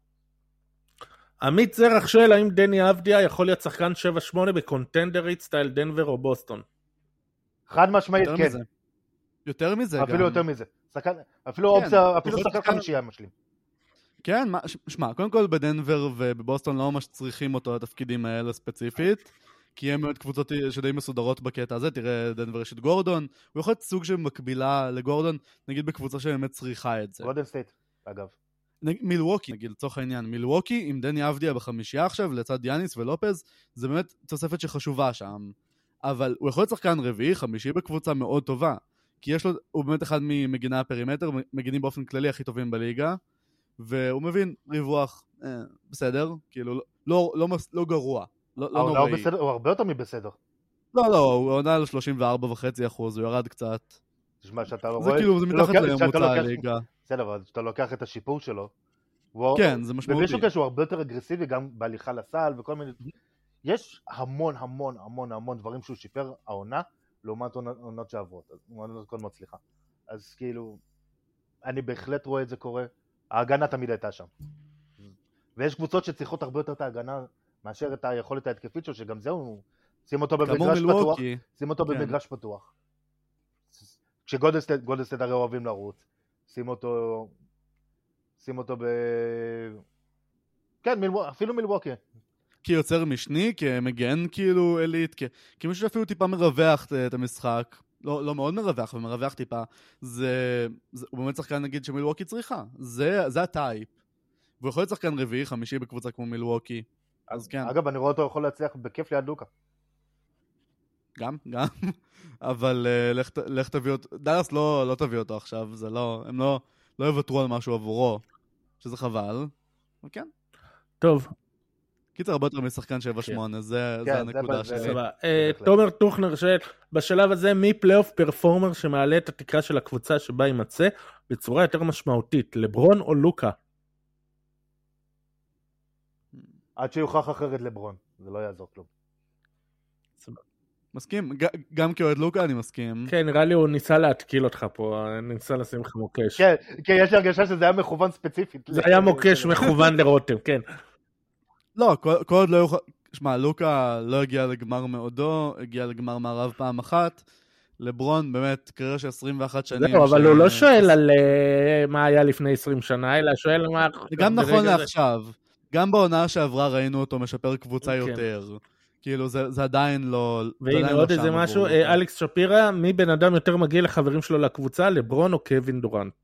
עמית זרח שואל, האם דני אבדיה יכול להיות שחקן שבע שמונה בקונטנדרית סטייל דנבר או בוסטון? חד משמעית, כן. מזה. יותר מזה אפילו גם. יותר מזה. שחקן, אפילו כן, אופציה, אפילו שחקן חמישייה משלים. כן, מה, שמע, קודם כל בדנבר ובבוסטון לא ממש צריכים אותו לתפקידים האלה ספציפית, כי הם באמת קבוצות שדי מסודרות בקטע הזה, תראה דנבר יש את גורדון, הוא יכול להיות סוג שמקבילה לגורדון, נגיד בקבוצה שבאמת צריכה את זה. גולדן סטייט, אגב. מילווקי, נגיד, לצורך העניין, מילווקי עם דני אבדיה בחמישייה עכשיו, לצד יאניס ולופז, זה באמת תוספת שחשובה שם. אבל הוא יכול להיות שחקן רביעי, חמישי בקבוצה מאוד טובה, כי יש לו, הוא באמת אחד ממגיני הפרימטר, מגינים באופן כללי הכי טובים בליגה, והוא מבין ריווח, אה, בסדר, כאילו, לא, לא, לא, לא גרוע, לא, לא נוראי. בסדר, הוא הרבה יותר מבסדר. לא, לא, הוא עונה על שלושים וארבע וחצי אחוז, הוא ירד קצת. תשמע, שאתה לא זה רואה... כאילו, זה מתחת לממוצע הליגה. בסדר, אבל כשאתה לוקח את השיפור שלו, כן, זה משמעותי. ובשביל קשר הוא הרבה יותר אגרסיבי, גם בהליכה לסל וכל מיני... יש המון המון המון המון דברים שהוא שיפר העונה, לעומת עונות שעברות, עונות קודמות, סליחה. אז כאילו, אני בהחלט רואה את זה קורה, ההגנה תמיד הייתה שם. ויש קבוצות שצריכות הרבה יותר את ההגנה, מאשר את היכולת ההתקפית שלו, שגם זהו, שים אותו במגרש פתוח, שים אותו במגרש פתוח. כשגולדסטייט הרי אוהבים לרוץ, שים אותו, שים אותו ב... כן, אפילו מילווקי. כיוצר משני, כמגן כאילו אליט, כ... כמישהו שאפילו טיפה מרווח את המשחק, לא, לא מאוד מרווח, אבל מרווח טיפה, זה, זה, הוא באמת שחקן נגיד שמילווקי צריכה, זה, זה הטייפ. והוא יכול להיות שחקן רביעי, חמישי בקבוצה כמו מילווקי, אז כן. אגב, אני רואה אותו יכול להצליח בכיף ליד לוקה. גם, גם, אבל uh, לך, לך תביא אותו, דאלאס לא, לא תביא אותו עכשיו, זה לא, הם לא, לא יוותרו על משהו עבורו, שזה חבל, וכן. טוב. קיצר הרבה יותר משחקן שבע שמונה, זה הנקודה שלי. תומר טוכנר שואל, בשלב הזה מי פלייאוף פרפורמר שמעלה את התקרה של הקבוצה שבה יימצא בצורה יותר משמעותית, לברון או לוקה? עד שיוכח אחרת לברון, זה לא יעזור כלום. מסכים, גם כאוהד לוקה אני מסכים. כן, נראה לי הוא ניסה להתקיל אותך פה, ניסה לשים לך מוקש. כן, יש לי הרגשה שזה היה מכוון ספציפית. זה היה מוקש מכוון לרותם, כן. לא, כל עוד לא יוכל... שמע, לוקה לא הגיע לגמר מעודו, הגיע לגמר מערב פעם אחת. לברון, באמת, קריירה של עשרים ואחת שנים. זהו, אבל הוא לא שואל על מה היה לפני עשרים שנה, אלא שואל מה... גם נכון לעכשיו. גם בעונה שעברה ראינו אותו משפר קבוצה יותר. כאילו, זה עדיין לא... והנה עוד איזה משהו, אלכס שפירה, מי בן אדם יותר מגיע לחברים שלו לקבוצה, לברון או קווין דורנט?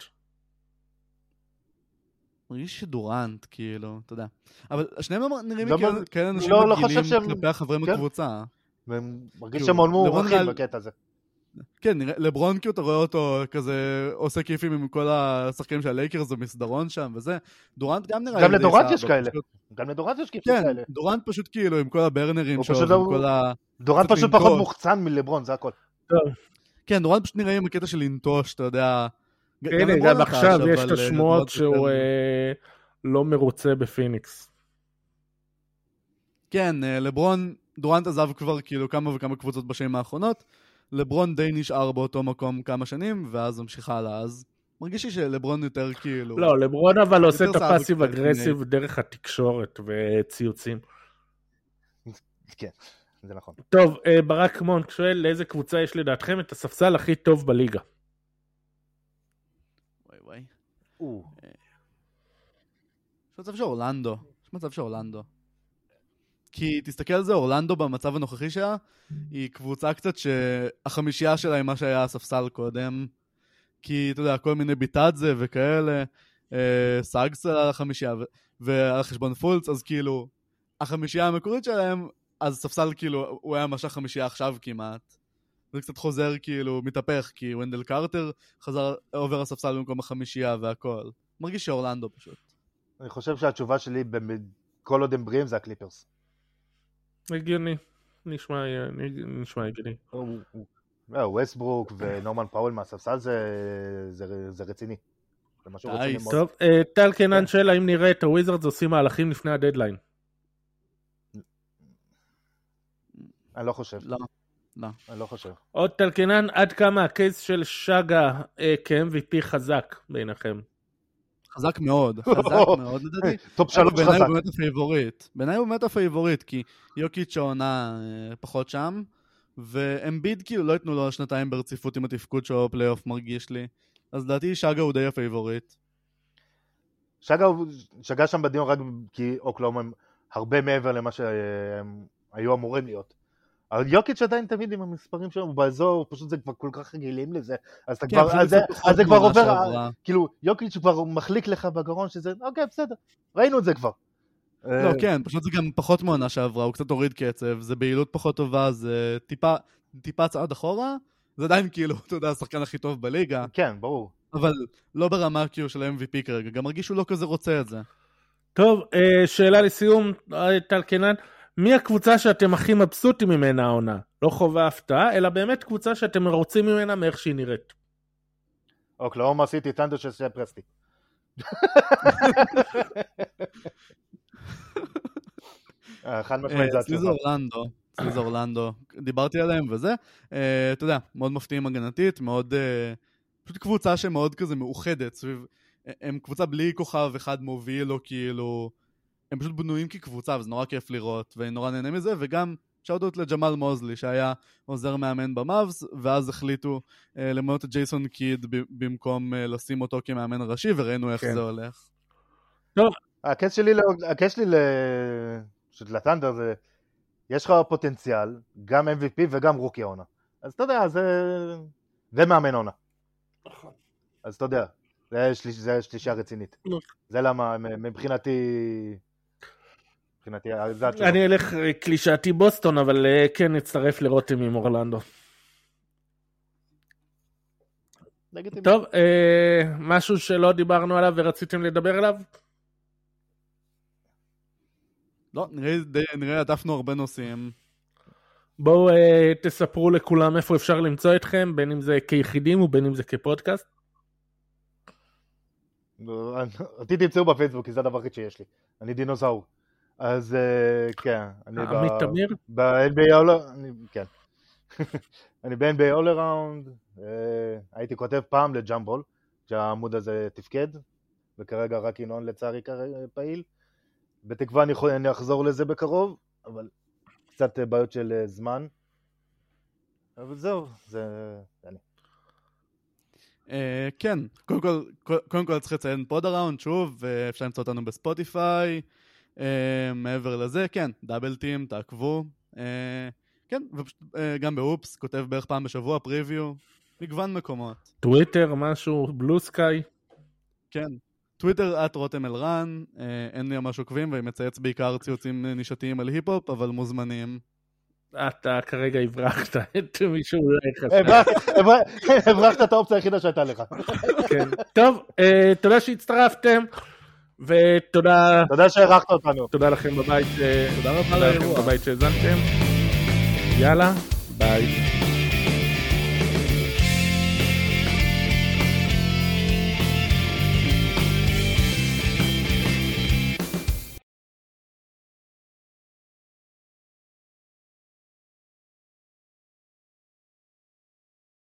מרגיש שדורנט, כאילו, אתה יודע. אבל השניהם נראים לי כאלה אנשים מגעילים כלפי החברים בקבוצה. מרגיש שהם מאוד מוערכים בקטע הזה. כן, לברון כאילו אתה רואה אותו כזה עושה כיפים עם כל השחקנים של הלייקרס, זה מסדרון שם וזה. דורנט גם נראה... גם לדורנט יש כאלה. גם לדורנט יש קיפים כן, כאלה. דורנט פשוט כאילו עם כל הברנרים הוא שלו, פשוט ועם לא- כל ה... דורנט קצת פשוט לנטוש. פחות מוחצן מלברון, זה הכל. כן, דורנט פשוט נראה עם הקטע של לנטוש, אתה יודע. ג- הנה, לברון גם נטש, עכשיו יש אבל, את אה, השמועות דורנט שהוא יותר- אה, לא מרוצה בפיניקס. כן, אה, לברון, דורנט עזב כבר כאילו כמה וכמה קבוצות בשנים האחרונות, לברון די נשאר באותו מקום כמה שנים, ואז המשיך הלאה, אז מרגיש לי שלברון יותר כאילו... לא, לברון אבל עושה את יותר סעד הפאסיב וקצת אגרסיב דרך התקשורת וציוצים. כן, זה נכון. טוב, אה, ברק מונק שואל, לאיזה קבוצה יש לדעתכם את הספסל הכי טוב בליגה? וואי וואי. או, יש מצב שאורלנדו, יש מצב שאורלנדו. כי תסתכל על זה, אורלנדו במצב הנוכחי שלה, היא קבוצה קצת שהחמישייה שלה היא מה שהיה הספסל קודם. כי אתה יודע, כל מיני ביטאדזה וכאלה, אה, סאגס על החמישייה, ו- ועל חשבון פולץ, אז כאילו, החמישייה המקורית שלהם, אז ספסל כאילו, הוא היה משך חמישייה עכשיו כמעט. זה קצת חוזר כאילו, מתהפך, כי ונדל קרטר חזר עובר הספסל במקום החמישייה והכל. מרגיש שאורלנדו פשוט. אני חושב שהתשובה שלי, במ- כל עוד הם בריאים, זה הקליפרס. הגיוני. נשמע נשמע הגיוני. ווסטברוק ונורמן פאוול מהספסל זה- זה זה רציני. זה משהו די, רציני מאוד. טוב, אה, טל קנן שואל, האם נראה את הוויזרדס עושים מהלכים לפני הדדליין? אני לא חושב. לא, לא. אני לא חושב. עוד טל קנן, עד כמה הקייס של שגה אה, כ-אם וי פי חזק בעיניכם? חזק מאוד, חזק מאוד לדעתי. טופ אבל שלוש בעיניי חזק. הוא באמת הפייבוריט. בעיניי הוא באמת הפייבוריט, כי יוקיץ' העונה אה, פחות שם, ואמביד כאילו לא יתנו לו שנתיים ברציפות עם התפקוד שלו בפלייאוף מרגיש לי. אז לדעתי שגה הוא די הפייבוריט. שגה הוא- שגה שם בדיון רק כי אוקלאומה הם הרבה מעבר למה שהם היו אמורים להיות. אבל יוקיץ' עדיין תמיד עם המספרים שלו באזור, פשוט זה כבר כל כך רגילים לזה, אז אתה כן, כבר, פשוט אז זה- קצת פחות אז זה כבר מעונה עובר, שעברה. כאילו יוקיץ' כבר מחליק לך בגרון שזה, אוקיי בסדר, ראינו את זה כבר. לא, כן, פשוט זה גם פחות מעונה שעברה, הוא קצת הוריד קצב, זה בהילות פחות טובה, זה טיפה, טיפה צעד אחורה, זה עדיין כאילו, אתה יודע, השחקן הכי טוב בליגה, כן, ברור. אבל לא ברמה כאילו של אם וי פי כרגע, גם מרגיש שהוא לא כזה רוצה את זה. טוב, אה, שאלה לסיום, אה, טל קנן, מי הקבוצה שאתם הכי מבסוטים ממנה העונה? לא חובה הפתעה, אלא באמת קבוצה שאתם מרוצים ממנה מאיך שהיא נראית. אוקלאומה סיטי טנדר של סטף פרסטי. חד משמעית זה אצלי זה התשובה. אורלנדו, אצלי זה אורלנדו, דיברתי עליהם וזה, אה, אתה יודע, מאוד מפתיעים הגנתית, מאוד, אה, פשוט קבוצה שמאוד כזה מאוחדת, סביב, הם קבוצה בלי כוכב אחד מוביל או כאילו, הם פשוט בנויים כקבוצה וזה נורא כיף לראות, ואני נורא נהנה מזה, וגם שאוטות לג'מאל מוזלי שהיה עוזר מאמן במאבס, ואז החליטו אה, למנות את ג'ייסון קיד ב- במקום אה, לשים אותו כמאמן ראשי, וראינו איך כן. זה הולך. הקייס שלי, לא- הקייס שלי ל- של לטנדר זה, יש לך פוטנציאל, גם אם וי פי וגם רוקי העונה. אז אתה יודע, זה, זה מאמן עונה. אז אתה יודע, זה שליש- זה שלישייה רצינית. נכון. זה למה, מבחינתי, מבחינתי, זה התשובה. אני אלך אה, קלישאתי בוסטון, אבל אה, כן נצטרף לרותם עם אורלנדו. לגיטימי. טוב, אה, משהו שלא דיברנו עליו ורציתם לדבר עליו? לא, נראה די- נראה עטפנו הרבה נושאים. בואו אה, תספרו לכולם איפה אפשר למצוא אתכם, בין אם זה כיחידים ובין אם זה כפודקאסט. אותי תמצאו בפייסבוק, כי זה הדבר הכי שיש לי. אני דינוזאור. אז אה, כן, אני ב- עמית תמיר? ב-אן בי איי All- אני- כן. אני ב-אן בי איי All Around, אה, הייתי כותב פעם לג'אמבול, שהעמוד הזה תפקד, וכרגע רק ינון לצערי כרגע פעיל. בתקווה אני יכול- אני אחזור לזה בקרוב, אבל קצת אה, בעיות של אה, זמן. אבל זהו, זה זה אני. אה, כן, קודם כל, קודם כל צריך לציין פוד אראונד, שוב, ואפשר למצוא אותנו בספוטיפיי, אה, מעבר לזה, כן, דאבל טים, תעקבו, אה, כן, וגם באופס, כותב בערך פעם בשבוע, פריוויו, מגוון מקומות. טוויטר, משהו, בלו סקאי. כן, טוויטר את רותם אלרן, אה, אין לי ממש עוקבים, ואני מצייץ בעיקר ציוצים נישתיים על היפ-הופ, אבל מוזמנים. אתה כרגע הברחת את מישהו אולי חשב. הברחת- הברחת- הברחת את האופציה היחידה שהייתה לך. כן. טוב, אה, תודה שהצטרפתם. ותודה תודה שהערכת אותנו. תודה לכם בבית, תודה רבה תודה לכם לאירוע. בבית שהזנתם. יאללה, ביי.